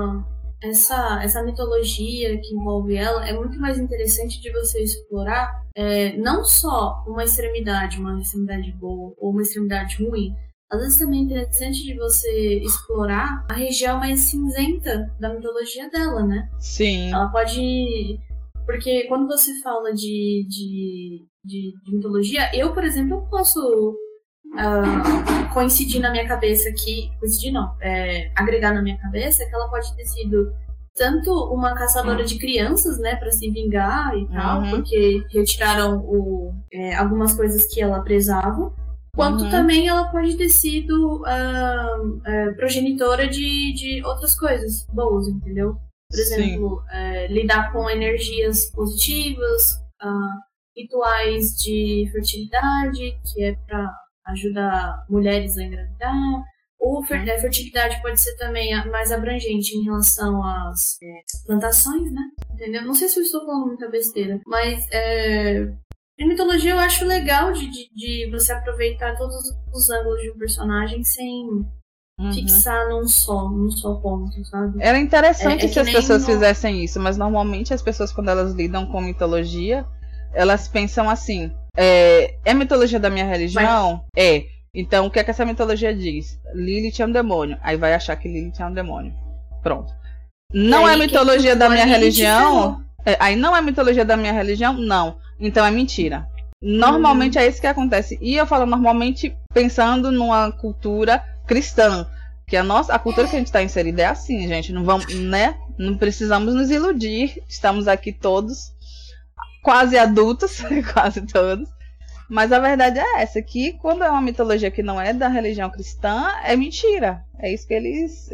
essa mitologia que envolve ela é muito mais interessante de você explorar não só uma extremidade boa ou uma extremidade ruim. Às vezes também é interessante de você explorar a região mais cinzenta da mitologia dela, né? Sim. Ela pode... Porque quando você fala de mitologia, eu, por exemplo, posso coincidir na minha cabeça aqui... Coincidir não, agregar na minha cabeça que ela pode ter sido tanto uma caçadora de crianças, né, pra se vingar e tal, porque retiraram algumas coisas que ela prezava, quanto também ela pode ter sido progenitora de outras coisas boas, entendeu? Por exemplo, lidar com energias positivas, rituais de fertilidade, que é para ajudar mulheres a engravidar. Ou fertilidade pode ser também mais abrangente em relação às plantações, né? Entendeu? Não sei se eu estou falando muita besteira, mas em mitologia eu acho legal de você aproveitar todos os ângulos de um personagem sem fixar num só ponto, sabe? Era interessante se as pessoas fizessem isso, mas normalmente as pessoas, quando elas lidam com mitologia, elas pensam assim: é mitologia da minha religião? Então, o que é que essa mitologia diz? Lilith é um demônio. Aí vai achar que Lilith é um demônio. Pronto. Não é mitologia da minha religião? Aí não é mitologia da minha religião? Não. Então é mentira. Normalmente é isso que acontece. E eu falo normalmente pensando numa cultura cristã. Que a cultura que a gente está inserida é assim, gente. Não vamos, né? Não precisamos nos iludir. Estamos aqui todos quase adultos, quase todos. Mas a verdade é essa, que quando é uma mitologia que não é da religião cristã, é mentira. É isso que eles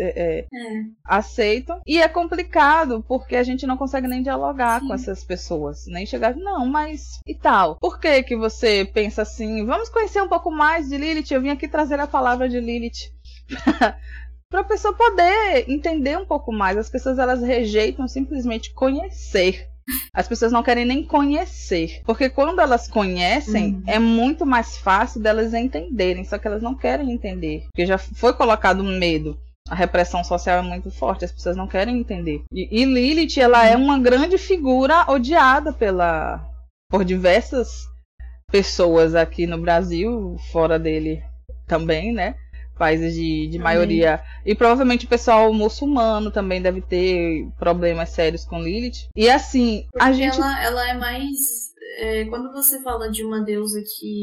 aceitam. E é complicado, porque a gente não consegue nem dialogar com essas pessoas. Nem chegar, não, mas e tal? Por que que você pensa assim? Vamos conhecer um pouco mais de Lilith. Eu vim aqui trazer a palavra de Lilith. Para a pessoa poder entender um pouco mais. As pessoas, elas rejeitam simplesmente conhecer. As pessoas não querem nem conhecer, porque quando elas conhecem, é muito mais fácil delas entenderem, só que elas não querem entender, porque já foi colocado um medo. A repressão social é muito forte, as pessoas não querem entender. E Lilith, ela é uma grande figura odiada por diversas pessoas aqui no Brasil, fora dele também, né? Países de maioria. E provavelmente o pessoal muçulmano também deve ter problemas sérios com Lilith. E assim, porque a gente... ela é mais... quando você fala de uma deusa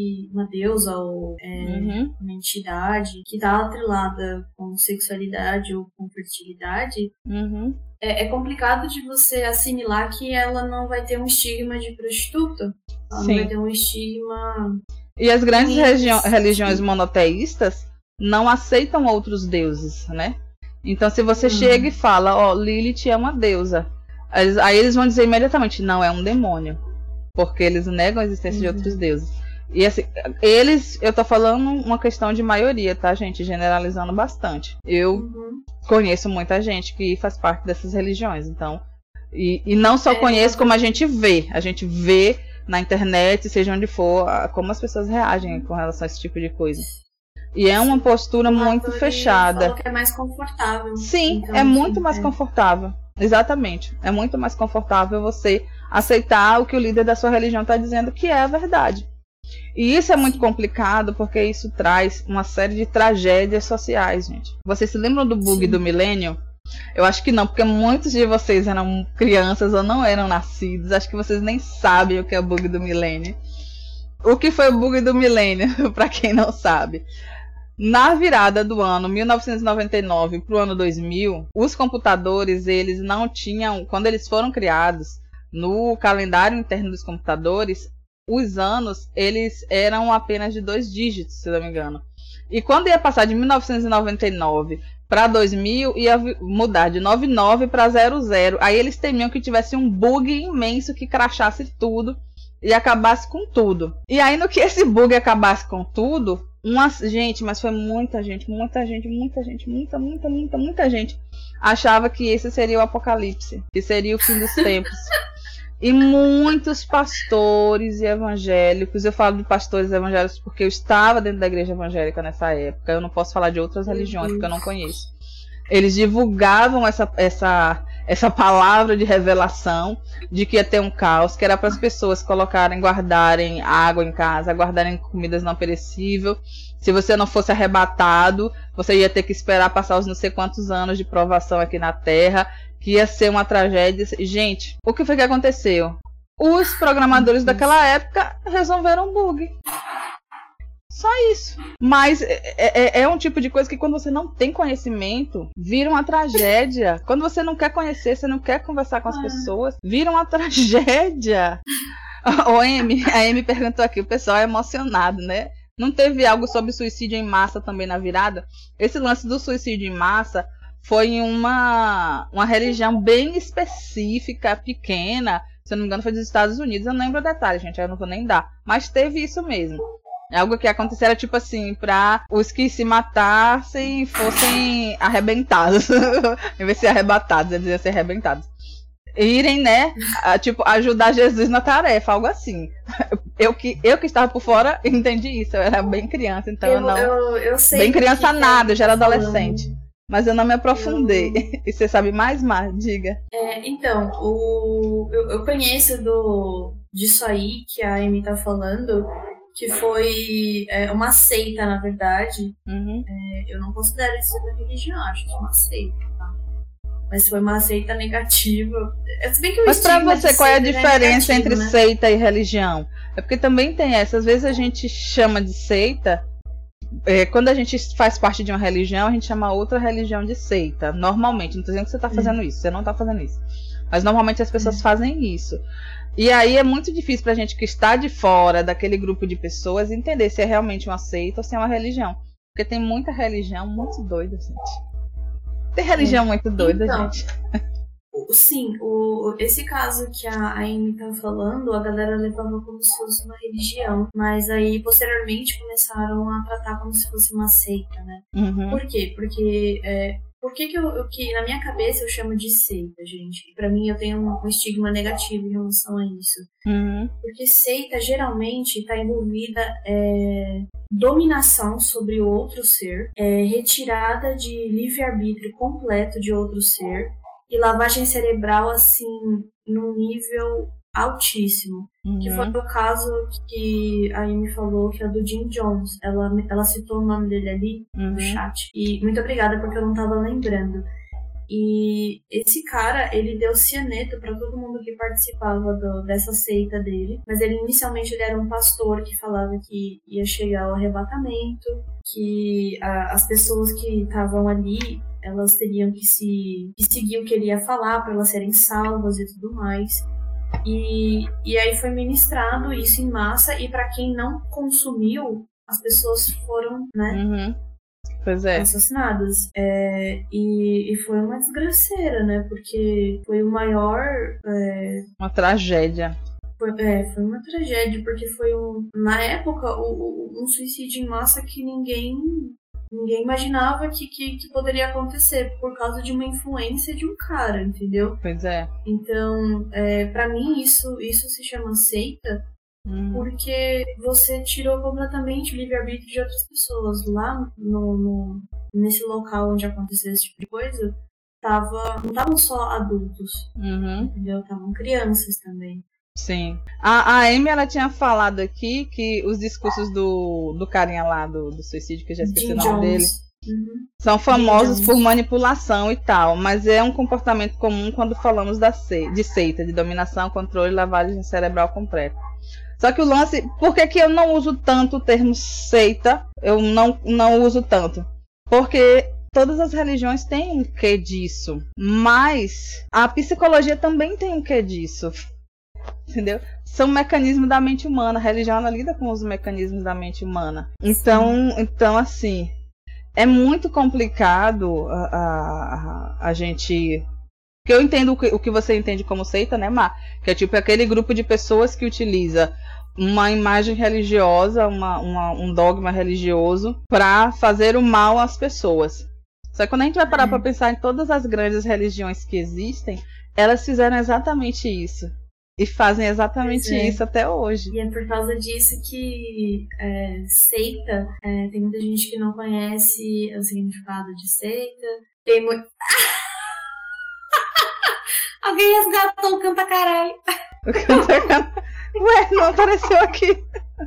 ou uma entidade que está atrelada com sexualidade ou com fertilidade, é complicado de você assimilar que ela não vai ter um estigma de prostituta. Ela não vai ter um estigma... E as grandes religiões monoteístas não aceitam outros deuses, né? Então, se você chega e fala, Lilith é uma deusa, aí eles vão dizer imediatamente, não, é um demônio, porque eles negam a existência de outros deuses. E assim, eu tô falando uma questão de maioria, tá, gente? Generalizando bastante. Eu conheço muita gente que faz parte dessas religiões, então, e não só conheço, como a gente vê na internet, seja onde for, como as pessoas reagem com relação a esse tipo de coisa. E é uma postura muito fechada. Falou que é mais confortável. Sim, então, é muito mais confortável. Exatamente. É muito mais confortável você aceitar o que o líder da sua religião está dizendo que é a verdade. E isso é muito complicado, porque isso traz uma série de tragédias sociais, gente. Vocês se lembram do bug do milênio? Eu acho que não, porque muitos de vocês eram crianças ou não eram nascidos. Acho que vocês nem sabem o que é o bug do milênio. O que foi o bug do milênio, para quem não sabe? Na virada do ano 1999 para o ano 2000, os computadores, eles não tinham, quando eles foram criados, no calendário interno dos computadores, os anos, eles eram apenas de 2 dígitos, se não me engano. E quando ia passar de 1999 para 2000 ia mudar de 99 para 00. Aí eles temiam que tivesse um bug imenso que crachasse tudo e acabasse com tudo. E aí no que esse bug acabasse com tudo, gente, mas foi muita gente achava que esse seria o apocalipse, que seria o fim dos tempos. E muitos pastores e evangélicos, eu falo de pastores evangélicos porque eu estava dentro da igreja evangélica nessa época, eu não posso falar de outras religiões porque eu não conheço. Eles divulgavam essa palavra de revelação de que ia ter um caos, que era para as pessoas guardarem água em casa, guardarem comidas não perecíveis. Se você não fosse arrebatado, você ia ter que esperar passar os não sei quantos anos de provação aqui na Terra, que ia ser uma tragédia. Gente, o que foi que aconteceu? Os programadores daquela época resolveram um bug. Só isso. Mas é um tipo de coisa que quando você não tem conhecimento, vira uma tragédia. Quando você não quer conhecer, você não quer conversar com as pessoas, vira uma tragédia. A Amy perguntou aqui, o pessoal é emocionado, né? Não teve algo sobre suicídio em massa também na virada? Esse lance do suicídio em massa foi em uma religião bem específica, pequena. Se eu não me engano foi dos Estados Unidos. Eu não lembro o detalhe, gente, eu não vou nem dar. Mas teve isso mesmo. Algo que aconteceu era tipo assim, para os que se matassem fossem arrebentados. Em vez de ser arrebatados, eles iam ser arrebentados. Irem, né, tipo, ajudar Jesus na tarefa, algo assim. Eu que estava por fora entendi isso, eu era bem criança, então eu sei. Bem criança nada, eu já era adolescente. Mas eu não me aprofundei. E você sabe mais, Mar? Diga. Então, eu conheço disso aí que a Amy tá falando, que foi uma seita, na verdade. Uhum. Eu não considero isso uma religião, acho que é uma seita, tá? Mas foi uma seita negativa. Se bem que mas pra você, qual é a diferença negativo, entre né? seita e religião? É porque também tem essa. Às vezes a gente chama de seita... quando a gente faz parte de uma religião, a gente chama outra religião de seita. Normalmente, não tô dizendo que você tá fazendo isso, você não tá fazendo isso. Mas normalmente as pessoas fazem isso. E aí é muito difícil pra gente que está de fora daquele grupo de pessoas entender se é realmente uma seita ou se é uma religião. Porque tem muita religião muito doida, gente. Tem religião muito doida, então, gente. Sim, esse caso que a Amy tá falando, a galera levava como se fosse uma religião, mas aí posteriormente começaram a tratar como se fosse uma seita, né? Uhum. Por quê? Porque por que na minha cabeça eu chamo de seita, gente? E pra mim eu tenho um estigma negativo em relação a isso. Uhum. Porque seita geralmente está envolvida dominação sobre o outro ser, retirada de livre-arbítrio completo de outro ser e lavagem cerebral, assim, num nível altíssimo. Uhum. Que foi o caso que a Amy falou, que é do Jim Jones. Ela citou o nome dele ali no chat. E muito obrigada, porque eu não estava lembrando. E esse cara, ele deu cianeto para todo mundo que participava dessa seita dele. Mas inicialmente ele era um pastor que falava que ia chegar ao arrebatamento, que as pessoas que estavam ali, elas teriam que seguir o que ele ia falar para elas serem salvas e tudo mais. E aí foi ministrado isso em massa, e para quem não consumiu, as pessoas foram, né? Pois assassinadas. E foi uma desgraceira, né? Porque foi o maior... uma tragédia. Foi uma tragédia, porque foi, na época, um suicídio em massa que ninguém imaginava que poderia acontecer por causa de uma influência de um cara, entendeu? Pois é. Então, pra mim, isso se chama seita, porque você tirou completamente o livre-arbítrio de outras pessoas. Lá nesse local onde aconteceu esse tipo de coisa, não estavam só adultos, entendeu? Estavam crianças também. Sim. A Amy, ela tinha falado aqui que os discursos do carinha lá do suicídio, que eu já esqueci o nome dele, são famosos por manipulação e tal, mas é um comportamento comum quando falamos de seita, de dominação, controle e lavagem cerebral completa. Só que o lance, por que eu não uso tanto o termo seita? Eu não uso tanto. Porque todas as religiões têm um quê disso, mas a psicologia também tem um quê disso. Entendeu? São mecanismos da mente humana. A religião ela lida com os mecanismos da mente humana. Então assim, é muito complicado a gente... Porque eu entendo o que você entende como seita, né, Mar? Que é tipo aquele grupo de pessoas que utiliza uma imagem religiosa, um dogma religioso para fazer o mal às pessoas. Só que quando a gente vai parar para pensar em todas as grandes religiões que existem, elas fizeram exatamente isso. E fazem exatamente isso até hoje. E é por causa disso que seita, tem muita gente que não conhece o significado de seita. Tem muito... Alguém resgatou o Canta Caralho. O Canta Caralho. Ué, não apareceu aqui.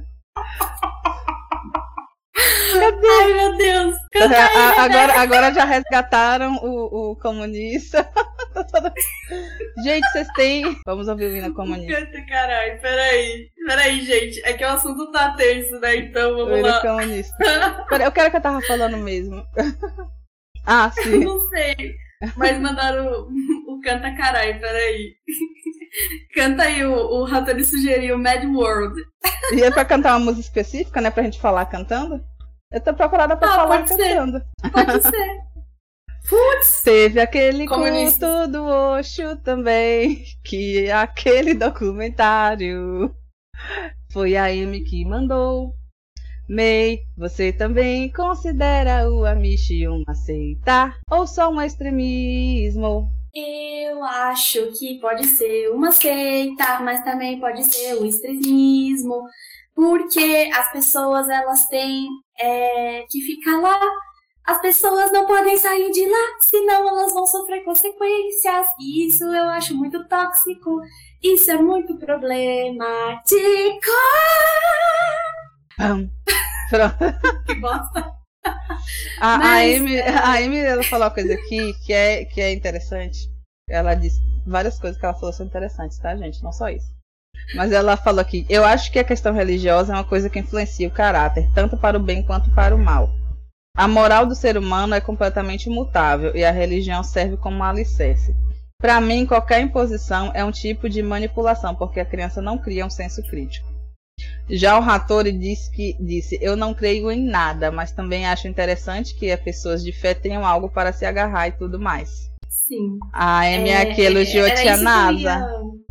Cadê? Ai, meu Deus. Agora já resgataram o comunista. Gente, vocês têm... Vamos ouvir o hino comunista. Canta Caralho, peraí, gente. É que o assunto tá tenso, né? Então vamos lá. Comunista. Eu quero que eu tava falando mesmo. Ah, sim. Eu não sei. Mas mandaram o Canta Caralho, peraí. Canta aí, o Rattori sugeriu Mad World. E é pra cantar uma música específica, né? Pra gente falar cantando? Eu tô procurada pra falar cantando. Pode ser. Putz! Teve aquele culto do Osho também, que aquele documentário foi a Amy que mandou. May, você também considera o Amish uma seita ou só um extremismo? Eu acho que pode ser uma seita, mas também pode ser um extremismo, porque as pessoas elas têm que ficar lá. As pessoas não podem sair de lá, senão elas vão sofrer consequências. E isso eu acho muito tóxico, isso é muito problemático. Que bosta. A Amy ela falou uma coisa aqui que é interessante. Ela disse várias coisas que ela falou são interessantes, tá, gente? Não só isso. Mas ela falou aqui: eu acho que a questão religiosa é uma coisa que influencia o caráter, tanto para o bem quanto para o mal. A moral do ser humano é completamente imutável e a religião serve como um alicerce. Para mim, qualquer imposição é um tipo de manipulação, porque a criança não cria um senso crítico. Já o Hattori disse: eu não creio em nada, mas também acho interessante que as pessoas de fé tenham algo para se agarrar e tudo mais. Sim. A Amy aqui elogiou a tia NASA.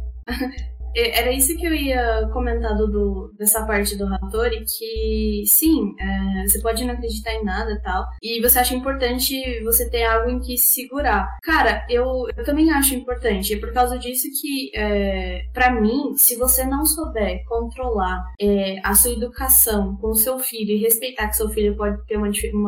Era isso que eu ia comentar dessa parte do Hattori, que sim, você pode não acreditar em nada e tal, e você acha importante você ter algo em que se segurar. Cara, eu também acho importante, é por causa disso que, pra mim, se você não souber controlar a sua educação com o seu filho e respeitar que seu filho pode ter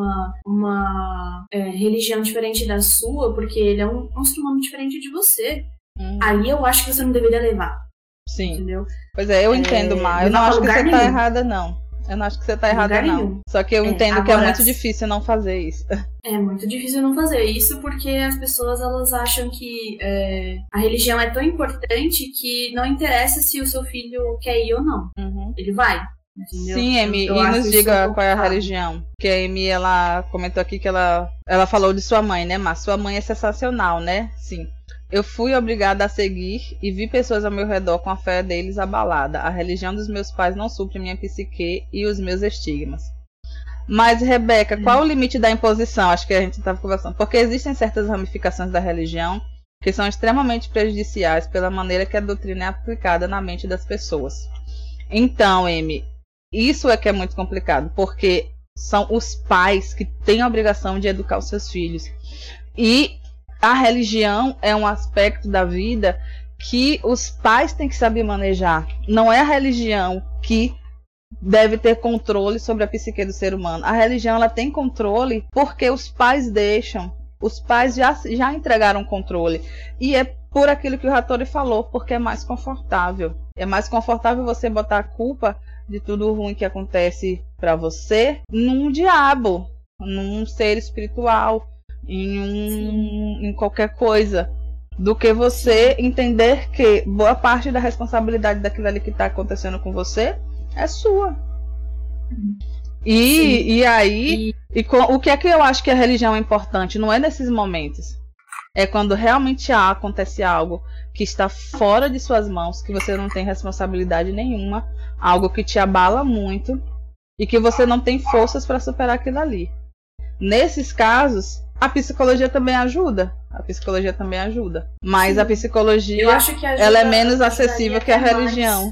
uma religião diferente da sua, porque ele é um ser humano diferente de você, aí eu acho que você não deveria levar. Sim. Entendeu? Pois é, eu entendo, Mar. Eu não acho que você tá errada, não. Eu não acho que você tá errada, não. Só que eu entendo que é muito difícil não fazer isso. É muito difícil não fazer isso porque as pessoas elas acham que a religião é tão importante que não interessa se o seu filho quer ir ou não. Ele vai. Entendeu? Sim, Amy, e nos diga qual é a religião. Porque a Amy, ela comentou aqui que ela falou de sua mãe, né, Mar? Sua mãe é sensacional, né? Sim. Eu fui obrigada a seguir e vi pessoas ao meu redor com a fé deles abalada. A religião dos meus pais não supre minha psique e os meus estigmas. Mas, Rebeca, qual o limite da imposição? Acho que a gente estava conversando. Porque existem certas ramificações da religião que são extremamente prejudiciais pela maneira que a doutrina é aplicada na mente das pessoas. Então, Amy, isso é que é muito complicado, porque são os pais que têm a obrigação de educar os seus filhos. E a religião é um aspecto da vida que os pais têm que saber manejar. Não é a religião que deve ter controle sobre a psique do ser humano. A religião ela tem controle porque os pais deixam. Os pais já entregaram controle. E é por aquilo que o Hattori falou, porque é mais confortável. É mais confortável você botar a culpa de tudo ruim que acontece para você num diabo, num ser espiritual, em qualquer coisa, do que você entender que boa parte da responsabilidade daquilo ali que está acontecendo com você é sua. E aí, o que é que eu acho que a religião é importante? Não é nesses momentos. É quando realmente acontece algo que está fora de suas mãos, que você não tem responsabilidade nenhuma, algo que te abala muito e que você não tem forças para superar aquilo ali. Nesses casos, a psicologia também ajuda. Mas Sim. a psicologia, Eu acho que ela é menos acessível que a religião.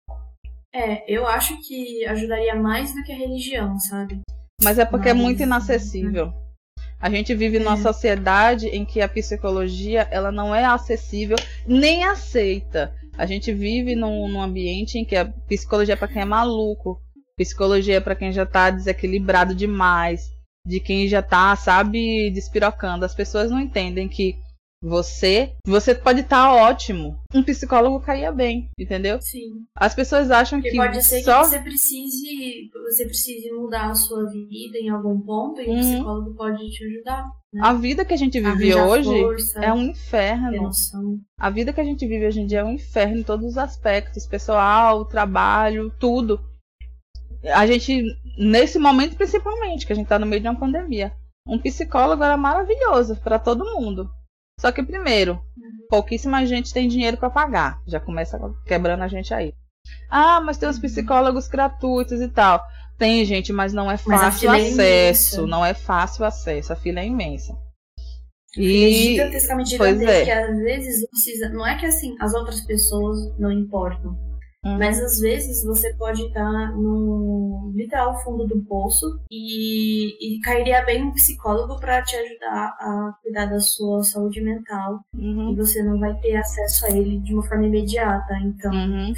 Eu acho que ajudaria mais do que a religião, sabe? Mas é porque é muito inacessível. A gente vive numa sociedade em que a psicologia ela não é acessível nem aceita. A gente vive num ambiente em que a psicologia é para quem é maluco. Psicologia é para quem já está desequilibrado demais. De quem já está, sabe, despirocando. As pessoas não entendem que você pode estar ótimo. Um psicólogo caía bem, entendeu? Sim. As pessoas acham Porque que pode ser só... que você precise mudar a sua vida em algum ponto e o psicólogo pode te ajudar. Né? A vida que a gente vive hoje é um inferno. A vida que a gente vive hoje em dia é um inferno em todos os aspectos, pessoal, trabalho, tudo. A gente, nesse momento principalmente, que a gente está no meio de uma pandemia, um psicólogo era maravilhoso para todo mundo. Só que primeiro, pouquíssima gente tem dinheiro para pagar. Já começa quebrando a gente aí. Ah, mas tem os psicólogos gratuitos e tal. Tem, gente, mas não é fácil acesso. Não é fácil acesso. A fila é imensa. E gigantescamente gigantesca, que às vezes precisa. Não é que assim, as outras pessoas não importam. Mas às vezes você pode estar no literal fundo do poço e cairia bem um psicólogo para te ajudar a cuidar da sua saúde mental. E você não vai ter acesso a ele de uma forma imediata. Então,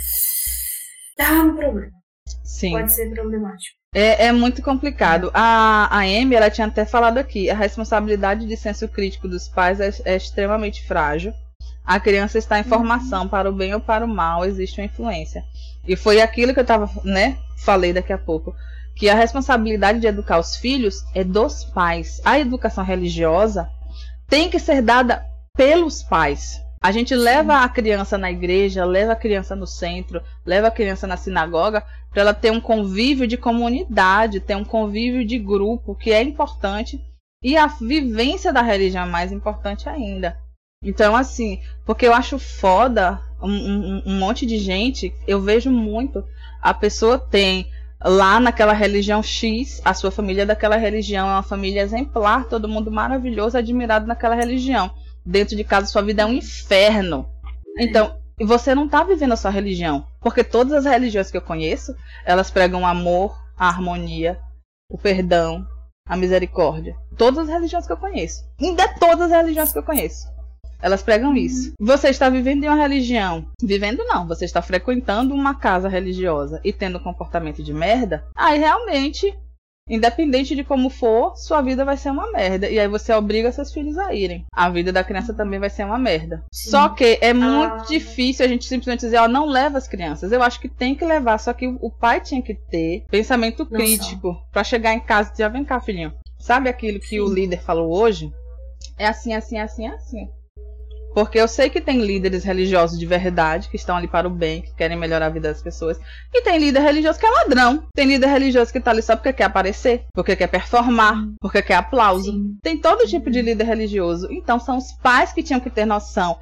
dá um problema. Sim. Pode ser problemático. É muito complicado. A Amy, ela tinha até falado aqui, a responsabilidade de senso crítico dos pais é extremamente frágil. A criança está em formação, para o bem ou para o mal, existe uma influência. E foi aquilo que eu falei daqui a pouco, que a responsabilidade de educar os filhos é dos pais. A educação religiosa tem que ser dada pelos pais. A gente leva a criança na igreja, leva a criança no centro, leva a criança na sinagoga, para ela ter um convívio de comunidade, ter um convívio de grupo, que é importante. E a vivência da religião é mais importante ainda. Então, assim, porque eu acho foda um monte de gente, eu vejo muito, a pessoa tem lá naquela religião X, a sua família daquela religião é uma família exemplar, todo mundo maravilhoso, admirado naquela religião. Dentro de casa, sua vida é um inferno. Então, você não está vivendo a sua religião, porque todas as religiões que eu conheço, elas pregam o amor, a harmonia, o perdão, a misericórdia. Todas as religiões que eu conheço. Ainda todas as religiões que eu conheço. Elas pregam isso. Você está vivendo em uma religião. Vivendo não, você está frequentando uma casa religiosa e tendo um comportamento de merda. Aí realmente, independente de como for, sua vida vai ser uma merda. E aí você obriga seus filhos a irem. A vida da criança também vai ser uma merda. Sim. Só que é muito difícil a gente simplesmente dizer, ó, não leva as crianças. Eu acho que tem que levar, só que o pai tinha que ter pensamento crítico para chegar em casa e dizer, vem cá, filhinho. Sabe aquilo que o líder falou hoje? É assim, assim, assim, assim. Porque eu sei que tem líderes religiosos de verdade, que estão ali para o bem, que querem melhorar a vida das pessoas. E tem líder religioso que é ladrão. Tem líder religioso que está ali só porque quer aparecer, porque quer performar, porque quer aplauso. Sim. Tem todo tipo de líder religioso. Então são os pais que tinham que ter noção.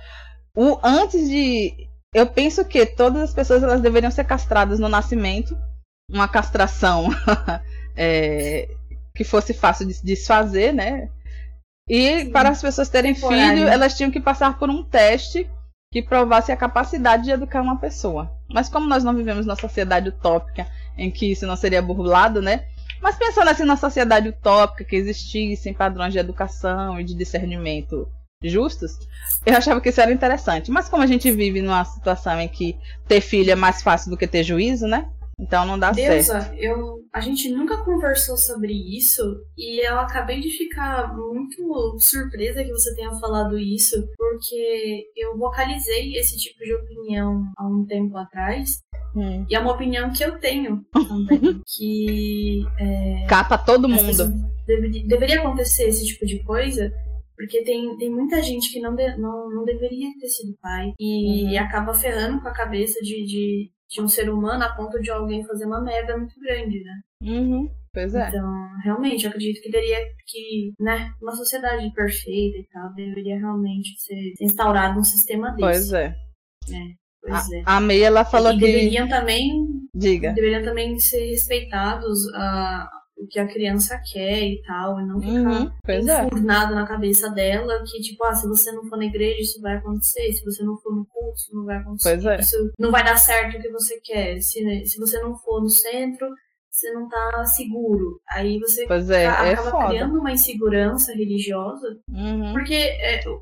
Eu penso que todas as pessoas elas deveriam ser castradas no nascimento. Uma castração que fosse fácil de desfazer, né? E para as pessoas terem filho, elas tinham que passar por um teste que provasse a capacidade de educar uma pessoa. Mas como nós não vivemos numa sociedade utópica em que isso não seria burlado, né? Mas pensando assim na sociedade utópica, que existissem padrões de educação e de discernimento justos, eu achava que isso era interessante. Mas como a gente vive numa situação em que ter filho é mais fácil do que ter juízo, né? Então não dá certo. A gente nunca conversou sobre isso e eu acabei de ficar muito surpresa que você tenha falado isso, porque eu vocalizei esse tipo de opinião há um tempo atrás e é uma opinião que eu tenho também, que capa todo mundo. Deveria acontecer esse tipo de coisa, porque tem muita gente que não deveria ter sido pai e acaba ferrando com a cabeça de um ser humano a ponto de alguém fazer uma merda muito grande, né? Pois é. Então, realmente, eu acredito que né, uma sociedade perfeita e tal, deveria realmente ser instaurado um sistema desse. Pois é. Pois é. A May, ela falou que... Deveriam também Diga. Deveriam também ser respeitados o que a criança quer e tal, e não ficar enfurnado na cabeça dela que, tipo, se você não for na igreja, isso vai acontecer, se você não for no culto, isso não vai acontecer, isso não vai dar certo o que você quer, se você não for no centro, você não tá seguro. Aí você acaba criando uma insegurança religiosa, porque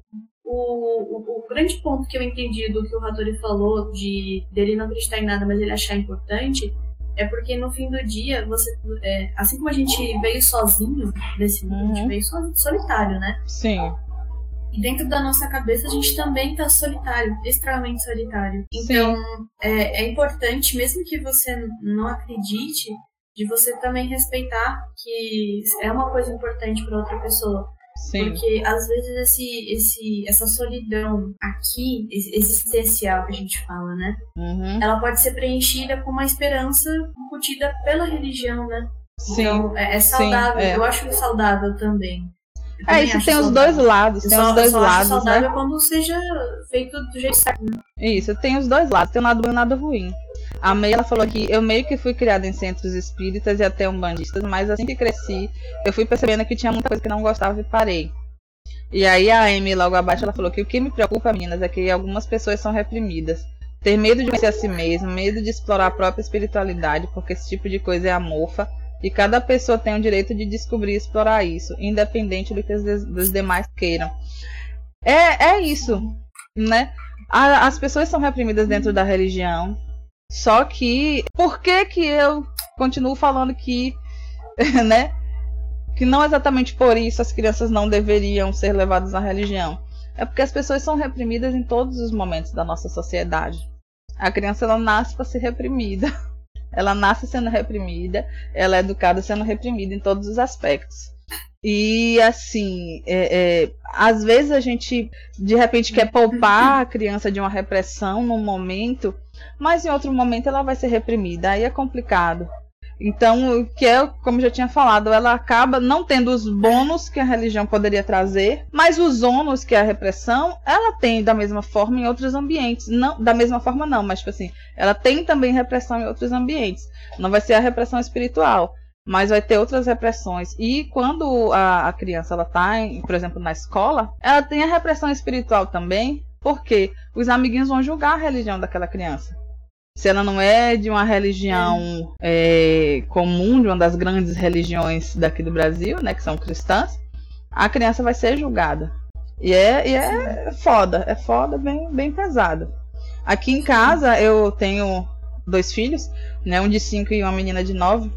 o grande ponto que eu entendi do que o Hattori falou, dele não acreditar em nada, mas ele achar importante, é porque no fim do dia, assim como a gente veio sozinho desse mundo, a gente veio solitário, né? Sim. E dentro da nossa cabeça a gente também tá solitário, extremamente solitário. Então, é importante, mesmo que você não acredite, de você também respeitar que é uma coisa importante para outra pessoa. Sim. Porque às vezes essa solidão aqui, existencial que a gente fala, né? Ela pode ser preenchida com uma esperança incutida pela religião, né? Sim. Então, é saudável. Eu acho saudável também. Isso tem os dois lados. Tem os dois lados, acho saudável, né? Quando seja feito do jeito certo. Né? Isso, tem os dois lados. Tem um lado bom e um lado ruim. A May, ela falou que eu meio que fui criada em centros espíritas e até umbandistas, mas assim que cresci, eu fui percebendo que tinha muita coisa que não gostava e parei. E aí a Amy, logo abaixo, ela falou que o que me preocupa, meninas, é que algumas pessoas são reprimidas. Ter medo de conhecer a si mesmo, medo de explorar a própria espiritualidade, porque esse tipo de coisa é amorfa, e cada pessoa tem o direito de descobrir e explorar isso, independente do que os demais queiram. É isso, né? As pessoas são reprimidas dentro da religião. Só que, por que eu continuo falando que, né, que não exatamente por isso as crianças não deveriam ser levadas à religião? É porque as pessoas são reprimidas em todos os momentos da nossa sociedade. A criança, ela nasce para ser reprimida. Ela nasce sendo reprimida, ela é educada sendo reprimida em todos os aspectos. E assim, às vezes a gente de repente quer poupar a criança de uma repressão num momento, mas em outro momento ela vai ser reprimida, aí é complicado. Então, como já tinha falado, ela acaba não tendo os bônus que a religião poderia trazer, mas os ônus que a repressão, ela tem da mesma forma em outros ambientes. Não, da mesma forma não, mas tipo assim, ela tem também repressão em outros ambientes. Não vai ser a repressão espiritual, mas vai ter outras repressões. E quando a criança ela está, por exemplo, na escola, ela tem a repressão espiritual também, porque os amiguinhos vão julgar a religião daquela criança. Se ela não é de uma religião comum, de uma das grandes religiões daqui do Brasil, né, que são cristãs, a criança vai ser julgada. E é foda, bem pesado. Aqui em casa eu tenho 2 filhos, né, um de 5 e uma menina de 9.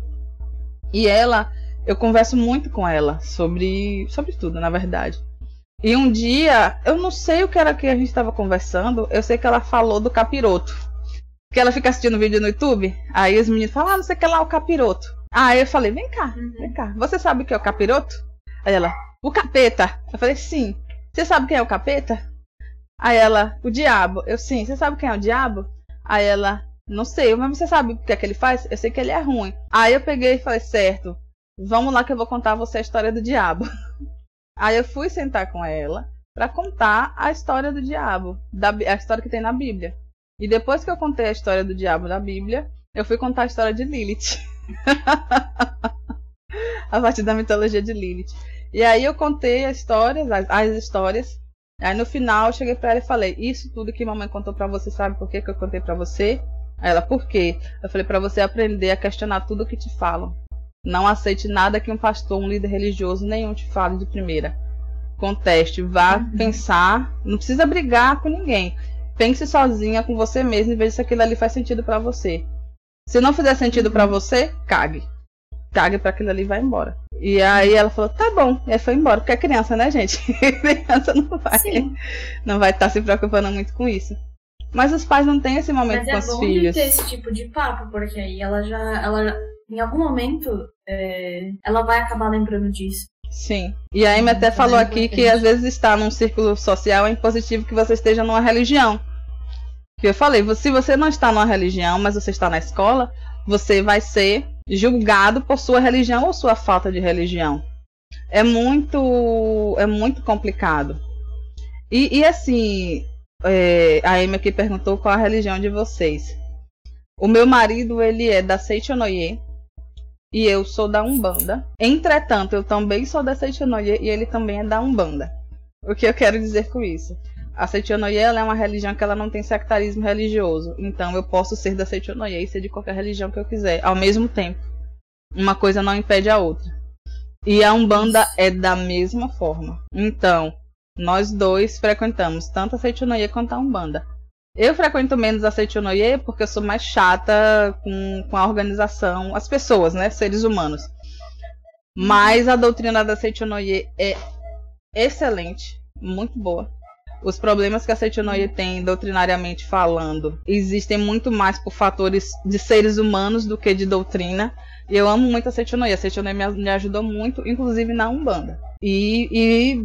E eu converso muito com ela sobre tudo, na verdade. E um dia, eu não sei o que era que a gente estava conversando, eu sei que ela falou do capiroto. Que ela fica assistindo vídeo no YouTube, aí os meninos falam, não sei o que lá, o capiroto. Aí eu falei, vem cá, você sabe o que é o capiroto? Aí ela, o capeta. Eu falei, sim. Você sabe quem é o capeta? Aí ela, o diabo. Eu, sim. Você sabe quem é o diabo? Aí ela, não sei, mas você sabe o que é que ele faz? Eu sei que ele é ruim. Aí eu peguei e falei, certo, vamos lá que eu vou contar a você a história do diabo. Aí eu fui sentar com ela para contar a história do diabo, a história que tem na Bíblia. E depois que eu contei a história do diabo da Bíblia, eu fui contar a história de Lilith. A partir da mitologia de Lilith. E aí eu contei as histórias. Aí no final eu cheguei pra ela e falei, isso tudo que mamãe contou pra você, sabe por que eu contei pra você? Aí ela, por quê? Eu falei, pra você aprender a questionar tudo o que te falam. Não aceite nada que um pastor, um líder religioso, nenhum te fale de primeira. Conteste, vá pensar, não precisa brigar com ninguém. Pense sozinha com você mesmo e veja se aquilo ali faz sentido pra você. Se não fizer sentido pra você, cague. Cague pra aquilo ali e vai embora. E aí ela falou, tá bom. E aí foi embora, porque é criança, né, gente? Criança não vai estar se preocupando muito com isso. Mas os pais não têm esse momento com os filhos. Mas é bom de ter esse tipo de papo, porque aí ela em algum momento, ela vai acabar lembrando disso. Sim. E a Amy até falou aqui que às vezes estar num círculo social é impositivo que você esteja numa religião. Que eu falei, se você não está numa religião, mas você está na escola, você vai ser julgado por sua religião ou sua falta de religião. É muito complicado. E assim, a Amy aqui perguntou qual a religião de vocês. O meu marido, ele é da Seichonoye, e eu sou da Umbanda. Entretanto, eu também sou da Seitonoye e ele também é da Umbanda. O que eu quero dizer com isso? A Seitonoye ela é uma religião que ela não tem sectarismo religioso. Então eu posso ser da Seitonoye e ser de qualquer religião que eu quiser, ao mesmo tempo. Uma coisa não impede a outra. E a Umbanda é da mesma forma. Então, nós dois frequentamos tanto a Seitonoye quanto a Umbanda. Eu frequento menos a Seitonoye porque eu sou mais chata com a organização, as pessoas, né, seres humanos. Mas a doutrina da Seitonoye é excelente, muito boa. Os problemas que a Seitonoye tem doutrinariamente falando existem muito mais por fatores de seres humanos do que de doutrina. E eu amo muito a Seitonoye. A Seitonoye me ajudou muito, inclusive na Umbanda. E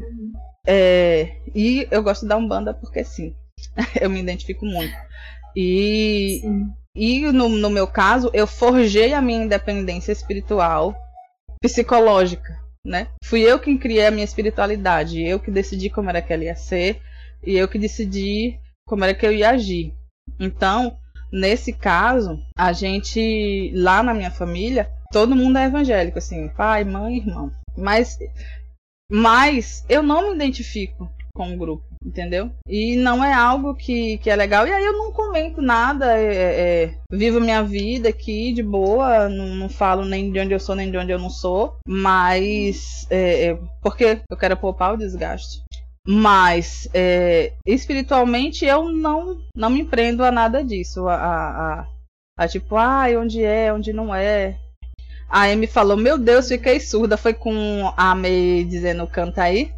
eu gosto da Umbanda porque sim, eu me identifico muito. E no meu caso, eu forjei a minha independência espiritual, psicológica, né? Fui eu quem criei a minha espiritualidade, eu que decidi como era que ela ia ser, e eu que decidi como era que eu ia agir. Então, nesse caso, a gente, lá na minha família, todo mundo é evangélico, assim, pai, mãe, irmão. Mas eu não me identifico com o grupo, entendeu? E não é algo que é legal. E aí eu não comento nada, vivo minha vida aqui de boa, não falo nem de onde eu sou, nem de onde eu não sou. Mas, porque eu quero poupar o desgaste. Mas, espiritualmente, eu não me prendo a nada disso. Tipo, onde é, onde não é. A Amy falou, meu Deus, fiquei surda. Foi com a May dizendo canta aí?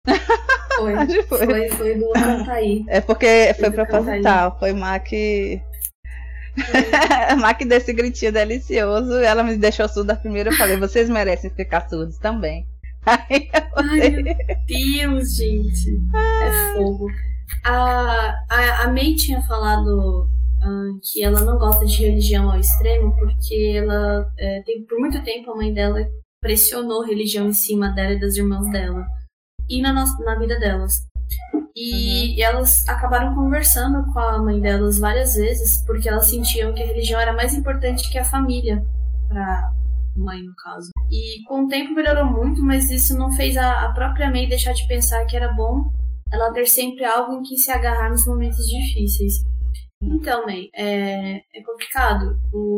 Foi do canta aí. É porque foi proposital. Foi Mac. Mac desse gritinho delicioso. Ela me deixou surda primeiro. Eu falei, vocês merecem ficar surdos também. Ai, meu Deus, gente. É fogo. A May tinha falado que ela não gosta de religião ao extremo porque ela por muito tempo a mãe dela pressionou religião em cima dela e das irmãs dela e na vida delas. E elas acabaram conversando com a mãe delas várias vezes porque elas sentiam que a religião era mais importante que a família pra mãe, no caso. E com o tempo melhorou muito, mas isso não fez a própria May deixar de pensar que era bom ela ter sempre algo em que se agarrar nos momentos difíceis. Então, May, é complicado.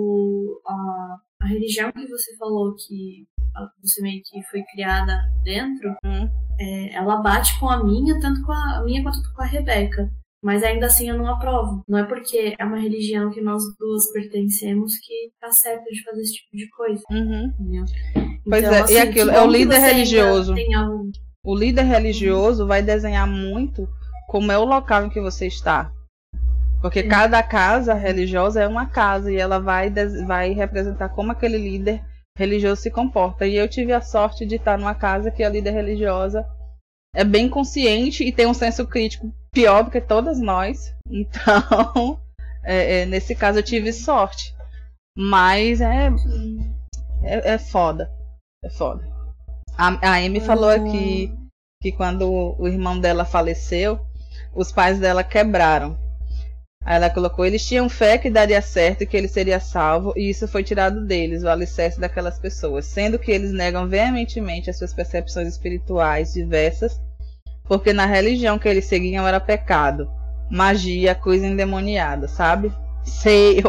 A religião que você falou que você meio que foi criada dentro, ela bate com a minha, tanto com a minha quanto com a Rebeca. Mas ainda assim eu não aprovo. Não é porque é uma religião que nós duas pertencemos que tá certo de fazer esse tipo de coisa. Pois então, assim, e aquilo, é o líder religioso. Algo... O líder religioso vai desenhar muito como é o local em que você está. Porque cada casa religiosa é uma casa e ela vai representar como aquele líder religioso se comporta. E eu tive a sorte de estar numa casa que a líder religiosa é bem consciente e tem um senso crítico pior do que todas nós. Então, nesse caso eu tive sorte. Mas é foda. É foda. A Amy falou aqui que quando o irmão dela faleceu, os pais dela quebraram. Aí ela colocou, eles tinham fé que daria certo e que ele seria salvo, e isso foi tirado deles, o alicerce daquelas pessoas, sendo que eles negam veementemente as suas percepções espirituais diversas, porque na religião que eles seguiam era pecado, magia, coisa endemoniada, sabe? Sei.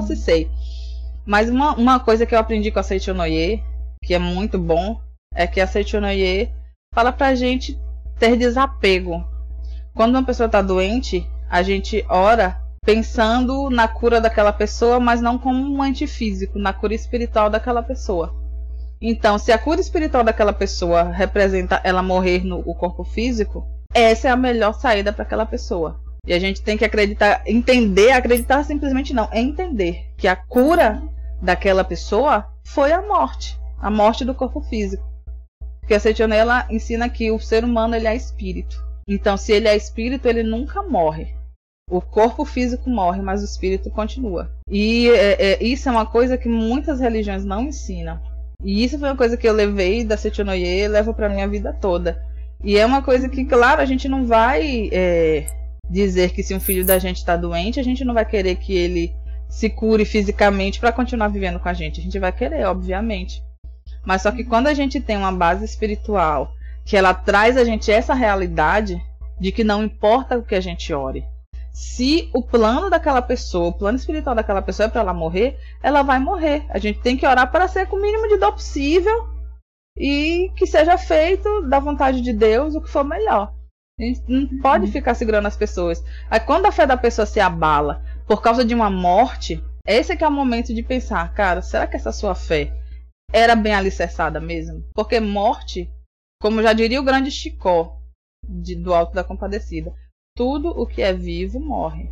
Mas uma coisa que eu aprendi com a Seitonoye, que é muito bom, é que a Seitonoye fala pra gente ter desapego. Quando uma pessoa tá doente, a gente ora pensando na cura daquela pessoa, mas não como um antifísico, na cura espiritual daquela pessoa. Então, se a cura espiritual daquela pessoa representa ela morrer no corpo físico, essa é a melhor saída para aquela pessoa. E a gente tem que acreditar acreditar simplesmente não, é entender que a cura daquela pessoa foi a morte do corpo físico. Porque a Seitonoye, ela ensina que o ser humano ele é espírito. Então, se ele é espírito, ele nunca morre. O corpo físico morre, mas o espírito continua. E isso é uma coisa que muitas religiões não ensinam. E isso foi uma coisa que eu levei da Seitonoye e levo para minha vida toda. E é uma coisa que, claro, a gente não vai dizer que se um filho da gente está doente, a gente não vai querer que ele se cure fisicamente para continuar vivendo com a gente vai querer, obviamente. Mas só que quando a gente tem uma base espiritual, que ela traz a gente essa realidade de que não importa o que a gente ore, se o plano daquela pessoa, o plano espiritual daquela pessoa é para ela morrer, ela vai morrer. A gente tem que orar para ser com o mínimo de dor possível e que seja feito da vontade de Deus o que for melhor. A gente não pode ficar segurando as pessoas. Aí quando a fé da pessoa se abala por causa de uma morte, esse é que é o momento de pensar, cara, será que essa sua fé era bem alicerçada mesmo? Porque morte, como já diria o grande Chicó do Alto da Compadecida, tudo o que é vivo morre.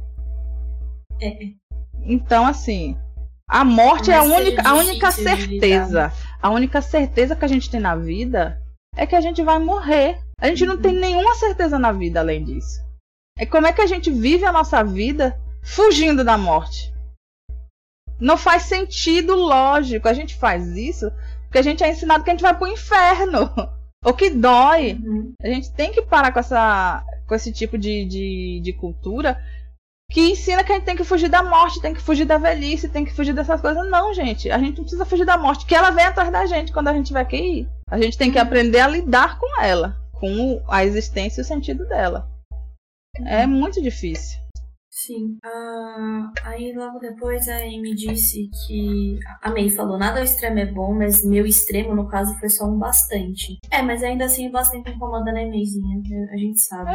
Então, assim, a morte é a única certeza. A única certeza que a gente tem na vida é que a gente vai morrer. A gente não tem nenhuma certeza na vida além disso. É como é que a gente vive a nossa vida fugindo da morte. Não faz sentido lógico. A gente faz isso porque a gente é ensinado que a gente vai pro inferno. O que dói. A gente tem que parar com esse tipo de cultura que ensina que a gente tem que fugir da morte, tem que fugir da velhice, tem que fugir dessas coisas. Não, gente. A gente não precisa fugir da morte, que ela vem atrás da gente quando a gente vai ir. A gente tem que aprender a lidar com ela, com a existência e o sentido dela. É muito difícil. Sim. Aí logo depois a Amy disse que a May falou, nada ao extremo é bom, mas meu extremo no caso foi só um bastante. Mas ainda assim o bastante incomoda, né, Mayzinha? A gente sabe.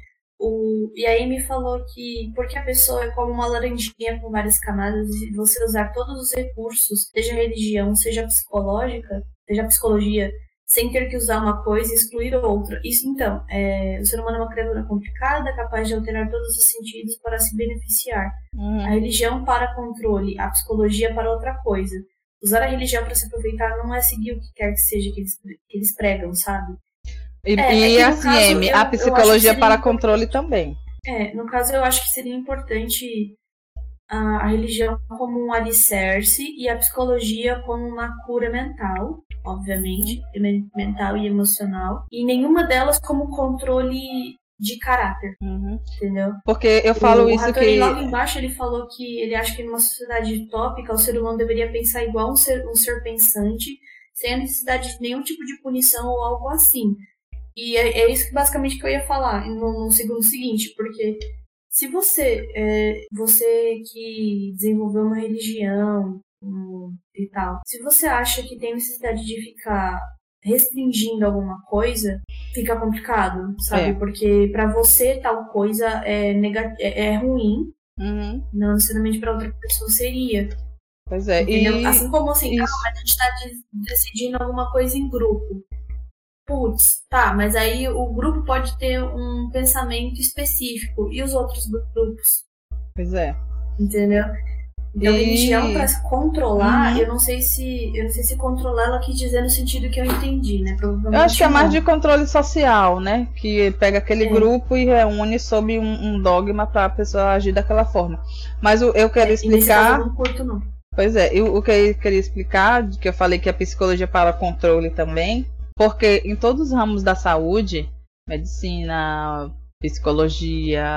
E a Amy falou que porque a pessoa é como uma laranjinha com várias camadas e você usar todos os recursos, seja religião, seja psicológica, seja psicologia, sem ter que usar uma coisa e excluir outra. Isso então, o ser humano é uma criatura complicada, capaz de alterar todos os sentidos para se beneficiar. A religião para controle, a psicologia para outra coisa. Usar a religião para se aproveitar não é seguir o que quer que seja que eles pregam, sabe? E assim, Amy, a psicologia para controle também. No caso eu acho que seria importante a religião como um alicerce e a psicologia como uma cura mental, obviamente, mental e emocional, e nenhuma delas como controle de caráter, entendeu? Porque eu falo isso que... Logo embaixo ele falou que ele acha que numa sociedade utópica o ser humano deveria pensar igual um ser pensante, sem a necessidade de nenhum tipo de punição ou algo assim. E é isso que basicamente que eu ia falar no segundo seguinte, porque se você que desenvolveu uma religião e tal, se você acha que tem necessidade de ficar restringindo alguma coisa, fica complicado, sabe? Porque pra você tal coisa é ruim, não necessariamente pra outra pessoa seria. Pois é. Assim como assim, a gente tá decidindo alguma coisa em grupo. Putz, tá, mas aí o grupo pode ter um pensamento específico e os outros grupos. Pois é. Entendeu? Então, religião pra se controlar, eu não sei se controlar ela quis dizer no sentido que eu entendi, né? Eu acho que é mais de controle social, né? Que pega aquele grupo e reúne sob um dogma pra pessoa agir daquela forma. Mas eu quero explicar... Nesse caso eu não curto, não. Pois é, o que eu queria explicar, que eu falei que a psicologia para controle também, porque em todos os ramos da saúde, medicina, psicologia,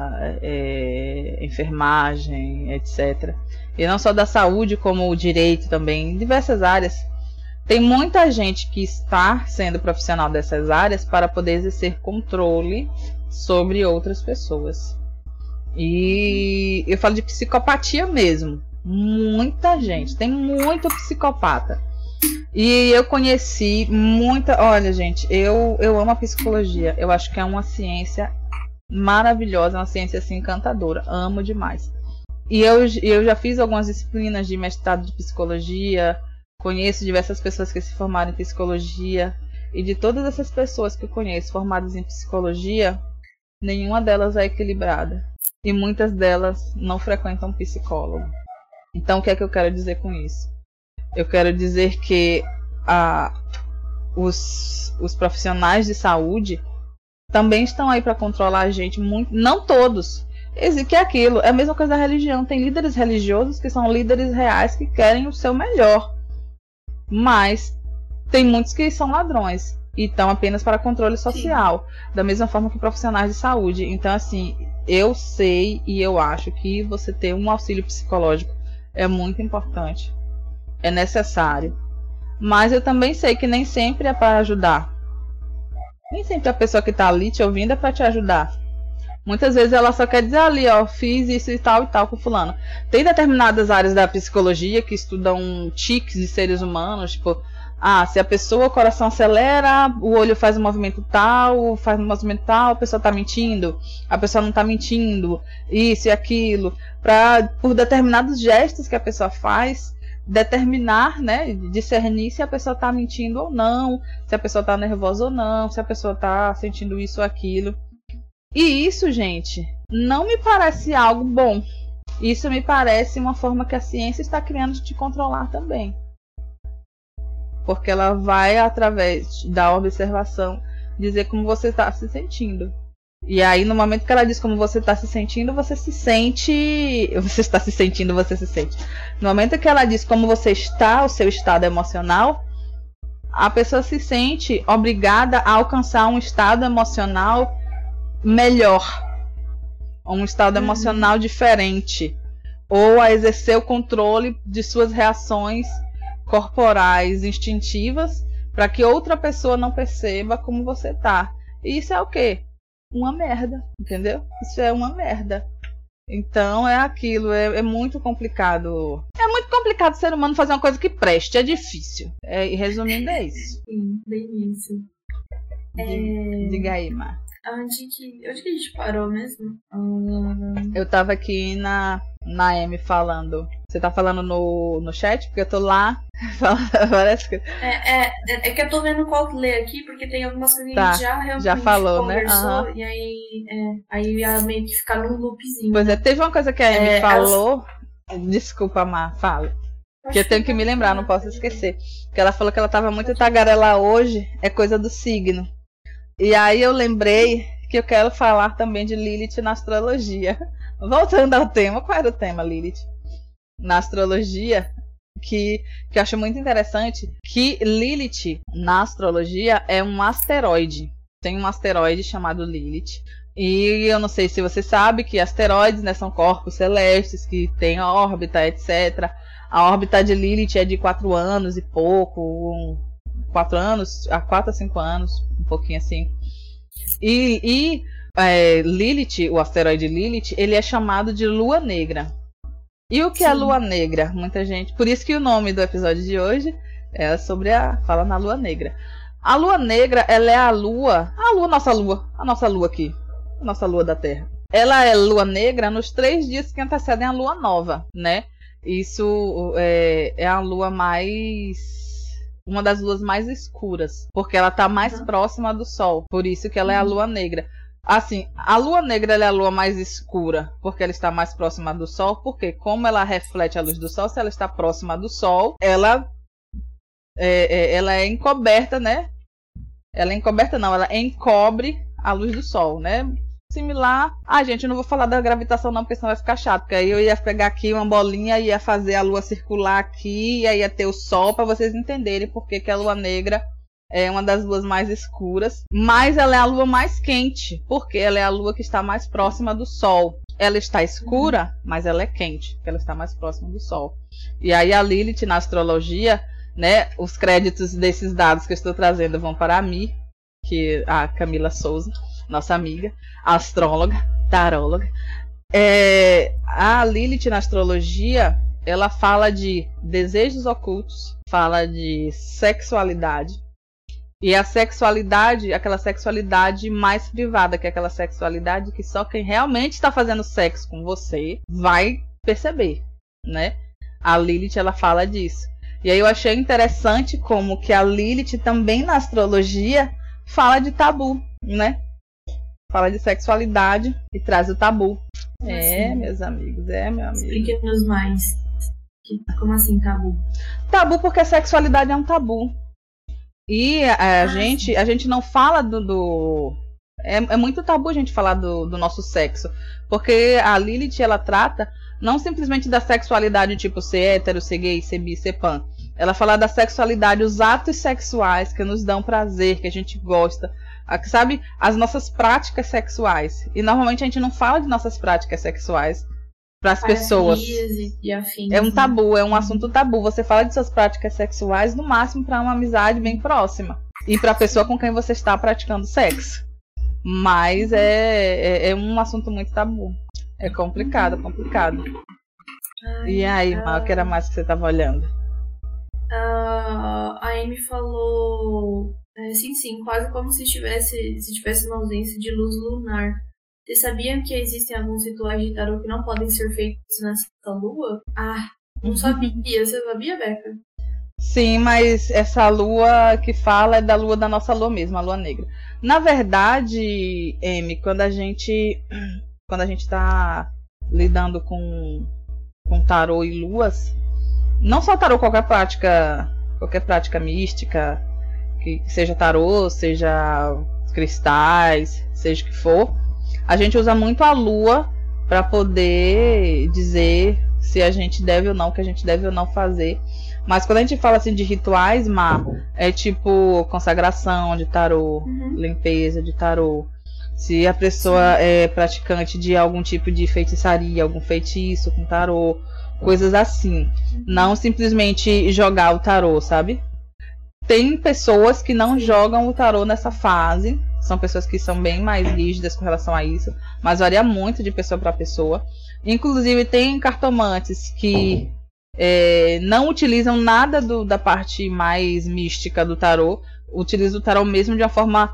enfermagem, etc. E não só da saúde, como o direito também, em diversas áreas. Tem muita gente que está sendo profissional dessas áreas para poder exercer controle sobre outras pessoas. E eu falo de psicopatia mesmo. Muita gente, tem muito psicopata. E eu conheci muita... Olha, gente, eu amo a psicologia. Eu acho que é uma ciência maravilhosa, uma ciência assim, encantadora. Amo demais. E eu já fiz algumas disciplinas de mestrado de psicologia. Conheço diversas pessoas que se formaram em psicologia. E de todas essas pessoas que eu conheço formadas em psicologia, nenhuma delas é equilibrada. E muitas delas não frequentam psicólogo. Então, o que é que eu quero dizer com isso? Eu quero dizer que os profissionais de saúde também estão aí para controlar a gente, muito, não todos. Que é aquilo, é a mesma coisa da religião. Tem líderes religiosos que são líderes reais que querem o seu melhor. Mas tem muitos que são ladrões e estão apenas para controle social. Sim. Da mesma forma que profissionais de saúde. Então, assim, eu sei e eu acho que você ter um auxílio psicológico é muito importante, é necessário. Mas eu também sei que nem sempre é para ajudar. Nem sempre a pessoa que está ali te ouvindo é para te ajudar. Muitas vezes ela só quer dizer ali, ó, fiz isso e tal com fulano. Tem determinadas áreas da psicologia que estudam tiques de seres humanos, tipo, se a pessoa, o coração acelera, o olho faz um movimento tal, a pessoa tá mentindo, a pessoa não tá mentindo, isso e aquilo, por determinados gestos que a pessoa faz, determinar, né, discernir se a pessoa tá mentindo ou não, se a pessoa tá nervosa ou não, se a pessoa tá sentindo isso ou aquilo. E isso, gente, não me parece algo bom. Isso me parece uma forma que a ciência está criando de te controlar também. Porque ela vai, através da observação, dizer como você está se sentindo. E aí, no momento que ela diz como você está se sentindo, você se sente... Você está se sentindo, você se sente. No momento que ela diz como você está, o seu estado emocional, a pessoa se sente obrigada a alcançar um estado emocional melhor, um estado emocional diferente, ou a exercer o controle de suas reações corporais instintivas para que outra pessoa não perceba como você tá. E isso é o quê? Uma merda, entendeu? Isso é uma merda. Então é aquilo, é muito complicado. É muito complicado o ser humano fazer uma coisa que preste, é difícil. E resumindo, é isso. Sim, bem isso. Diga aí, Mar. Onde que a gente parou mesmo? Eu tava aqui na M falando. Você tá falando no chat? Porque eu tô lá. Parece que... É que eu tô vendo qual ler aqui, porque tem algumas coisas que a gente já falou, conversou, né? E aí ia meio que ficar num loopzinho. Pois é, teve uma coisa que a M falou. Desculpa, Mar, fala. Que eu tenho que me lembrar, não posso esquecer. Que ela falou que ela tava muito tagarela hoje, é coisa do signo. E aí eu lembrei que eu quero falar também de Lilith na astrologia. Voltando ao tema, qual era o tema, Lilith? Na astrologia, que eu acho muito interessante, que Lilith na astrologia é um asteroide. Tem um asteroide chamado Lilith. E eu não sei se você sabe que asteroides, né, são corpos celestes que têm órbita, etc. A órbita de Lilith é de 4 anos e pouco, 4 anos, a 4 a 5 anos, um pouquinho assim. E Lilith, o asteroide Lilith, ele é chamado de Lua Negra. E o que é Lua Negra? Muita gente. Por isso que o nome do episódio de hoje é sobre fala na Lua Negra. A Lua Negra, ela é a Lua, nossa Lua aqui, a nossa Lua da Terra. Ela é Lua Negra nos 3 dias que antecedem a Lua Nova, né? Isso é a Lua uma das luas mais escuras, porque ela está mais próxima do Sol, por isso que ela é a Lua Negra. Assim, a Lua Negra ela é a lua mais escura, porque ela está mais próxima do Sol, porque como ela reflete a luz do Sol, se ela está próxima do Sol, ela é encoberta, né? Ela encobre a luz do Sol, né? Similar. Gente, eu não vou falar da gravitação não, porque senão vai ficar chato. Porque aí eu ia pegar aqui uma bolinha e ia fazer a Lua circular aqui, e aí ia ter o Sol, para vocês entenderem porque que a Lua Negra é uma das luas mais escuras. Mas ela é a lua mais quente, porque ela é a lua que está mais próxima do Sol. Ela está escura, mas ela é quente, porque ela está mais próxima do Sol. E aí a Lilith na astrologia, né? Os créditos desses dados que eu estou trazendo vão para a Mi, que a Camila Souza, nossa amiga, astróloga, taróloga. A Lilith na astrologia, ela fala de desejos ocultos, fala de sexualidade. E a sexualidade, aquela sexualidade mais privada, que é aquela sexualidade que só quem realmente está fazendo sexo com você vai perceber, né? A Lilith, ela fala disso. E aí eu achei interessante como que a Lilith também na astrologia fala de tabu, né? Fala de sexualidade e traz o tabu. Meus amigos, meu amigo. Explique-nos mais. Como assim tabu? Tabu porque a sexualidade é um tabu. E a gente não fala é muito tabu a gente falar do nosso sexo. Porque a Lilith, ela trata não simplesmente da sexualidade, tipo ser hétero, ser gay, ser bi, ser pan. Ela fala da sexualidade, os atos sexuais que nos dão prazer, que a gente gosta. Sabe? As nossas práticas sexuais. E normalmente a gente não fala de nossas práticas sexuais para as pessoas. E afins, é um tabu, é um assunto tabu. Você fala de suas práticas sexuais no máximo para uma amizade bem próxima e para a pessoa com quem você está praticando sexo. Mas é um assunto muito tabu. É complicado. E aí, Mal, o que era mais que você estava olhando? A Amy falou, sim, quase como se tivesse uma ausência de luz lunar. Vocês sabiam que existem alguns rituais de tarô que não podem ser feitos nessa lua? Não sabia. Você sabia, Becca? Sim, mas essa lua que fala é da lua da nossa lua mesmo, a lua negra. Na verdade, Amy, quando a gente tá lidando com tarô e luas, não só tarô, qualquer prática mística, que seja tarô, seja cristais, seja o que for, a gente usa muito a lua para poder dizer se a gente deve ou não, o que a gente deve ou não fazer. Mas quando a gente fala assim de rituais, é tipo consagração de tarô, limpeza de tarô. Se a pessoa é praticante de algum tipo de feitiçaria, algum feitiço com tarô, coisas assim. Não simplesmente jogar o tarô, sabe? Tem pessoas que não jogam o tarô nessa fase. São pessoas que são bem mais rígidas com relação a isso. Mas varia muito de pessoa para pessoa. Inclusive tem cartomantes que não utilizam nada da parte mais mística do tarô. Utilizam o tarô mesmo de uma forma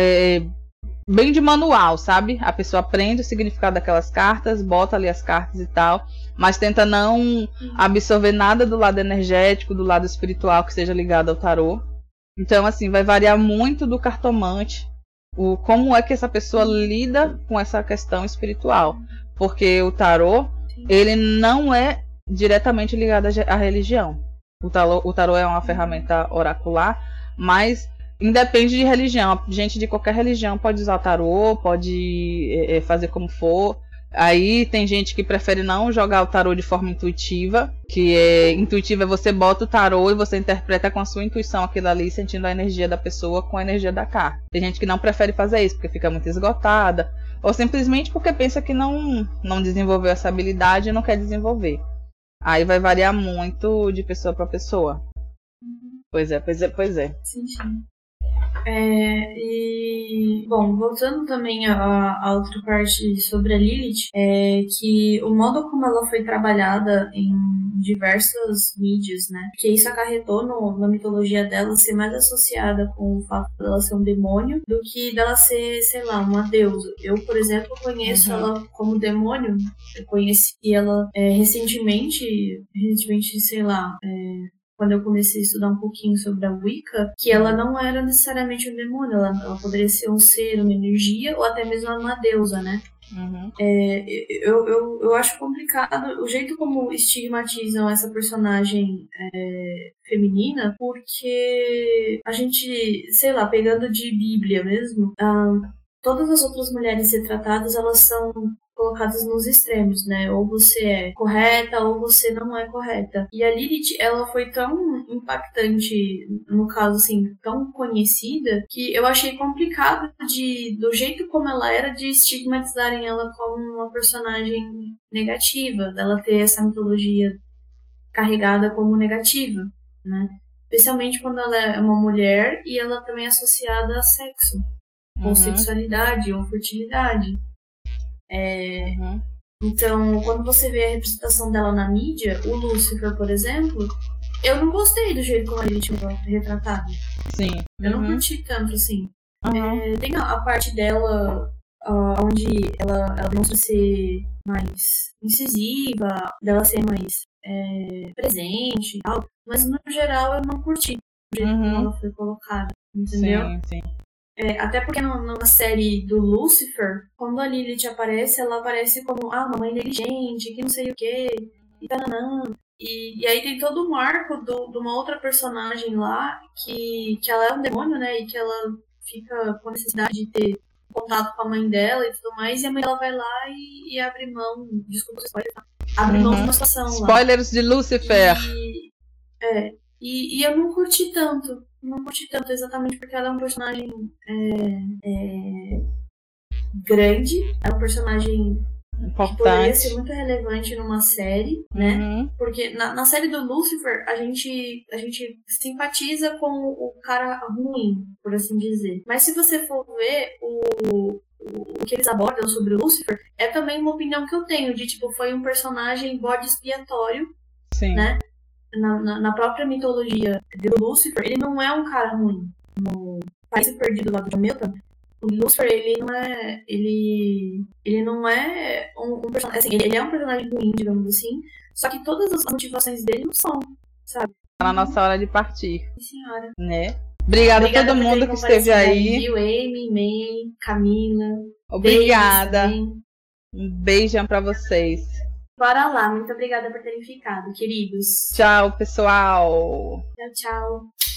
bem de manual, sabe? A pessoa aprende o significado daquelas cartas, bota ali as cartas e tal, mas tenta não absorver nada do lado energético, do lado espiritual que seja ligado ao tarô. Então, assim, vai variar muito do cartomante, como é que essa pessoa lida com essa questão espiritual. Porque o tarô, ele não é diretamente ligado à religião. O tarô é uma ferramenta oracular, mas independe de religião. Gente de qualquer religião pode usar o tarô, pode fazer como for. Aí tem gente que prefere não jogar o tarô de forma intuitiva, intuitiva é você bota o tarô e você interpreta com a sua intuição aquilo ali, sentindo a energia da pessoa com a energia da carta. Tem gente que não prefere fazer isso porque fica muito esgotada, ou simplesmente porque pensa que não desenvolveu essa habilidade e não quer desenvolver. Aí vai variar muito de pessoa para pessoa. Pois é. Sim. Bom, voltando também a outra parte sobre a Lilith, que o modo como ela foi trabalhada em diversas mídias, né? Que isso acarretou na mitologia dela ser mais associada com o fato dela ser um demônio do que dela ser, sei lá, uma deusa. Eu, por exemplo, conheço ela como demônio. Eu conheci ela recentemente, sei lá, quando eu comecei a estudar um pouquinho sobre a Wicca, que ela não era necessariamente um demônio, ela poderia ser um ser, uma energia, ou até mesmo uma deusa, né? Eu acho complicado o jeito como estigmatizam essa personagem feminina, porque a gente, sei lá, pegando de Bíblia mesmo, todas as outras mulheres retratadas, elas são colocadas nos extremos, né? Ou você é correta ou você não é correta. E a Lilith, ela foi tão impactante, no caso, assim, tão conhecida, que eu achei complicado do jeito como ela era, de estigmatizarem ela como uma personagem negativa, dela ter essa mitologia carregada como negativa, né? Especialmente quando ela é uma mulher e ela também é associada a sexo, ou sexualidade, ou fertilidade. Então, quando você vê a representação dela na mídia, o Lúcifer, por exemplo, eu não gostei do jeito como a gente foi retratada. Sim. Eu não curti tanto, assim. Tem a parte dela onde ela demonstra ser mais incisiva, dela ser mais presente e tal, mas no geral eu não curti do jeito como ela foi colocada, entendeu? Sim. Até porque na série do Lúcifer, quando a Lilith aparece, ela aparece como uma mãe inteligente, que não sei o que, e taranã. E aí tem todo o arco de uma outra personagem lá, que ela é um demônio, né? E que ela fica com a necessidade de ter contato com a mãe dela e tudo mais, e a mãe dela vai lá e abre mão, desculpa o spoiler, abre mão de uma situação lá. Spoilers de Lúcifer! E eu não curti tanto. Exatamente porque ela é um personagem grande, é um personagem Importante. Que poderia ser muito relevante numa série, né? Uhum. Porque na série do Lucifer, a gente simpatiza com o cara ruim, por assim dizer. Mas se você for ver o que eles abordam sobre o Lucifer, é também uma opinião que eu tenho, de tipo, foi um personagem bode expiatório, Sim. né? Na própria mitologia do Lucifer, ele não é um cara ruim. No Paraíso Perdido lá do Milton, o Lucifer, ele não é um personagem, assim, ele é um personagem ruim, digamos assim, só que todas as motivações dele não são, sabe? Tá na nossa hora de partir. Sim, senhora. Né? Obrigada a todo mundo que esteve aí. Viu? Amy, May, Camila. Obrigada. Um beijão pra vocês. Bora lá, muito obrigada por terem ficado, queridos. Tchau, pessoal. Tchau, tchau.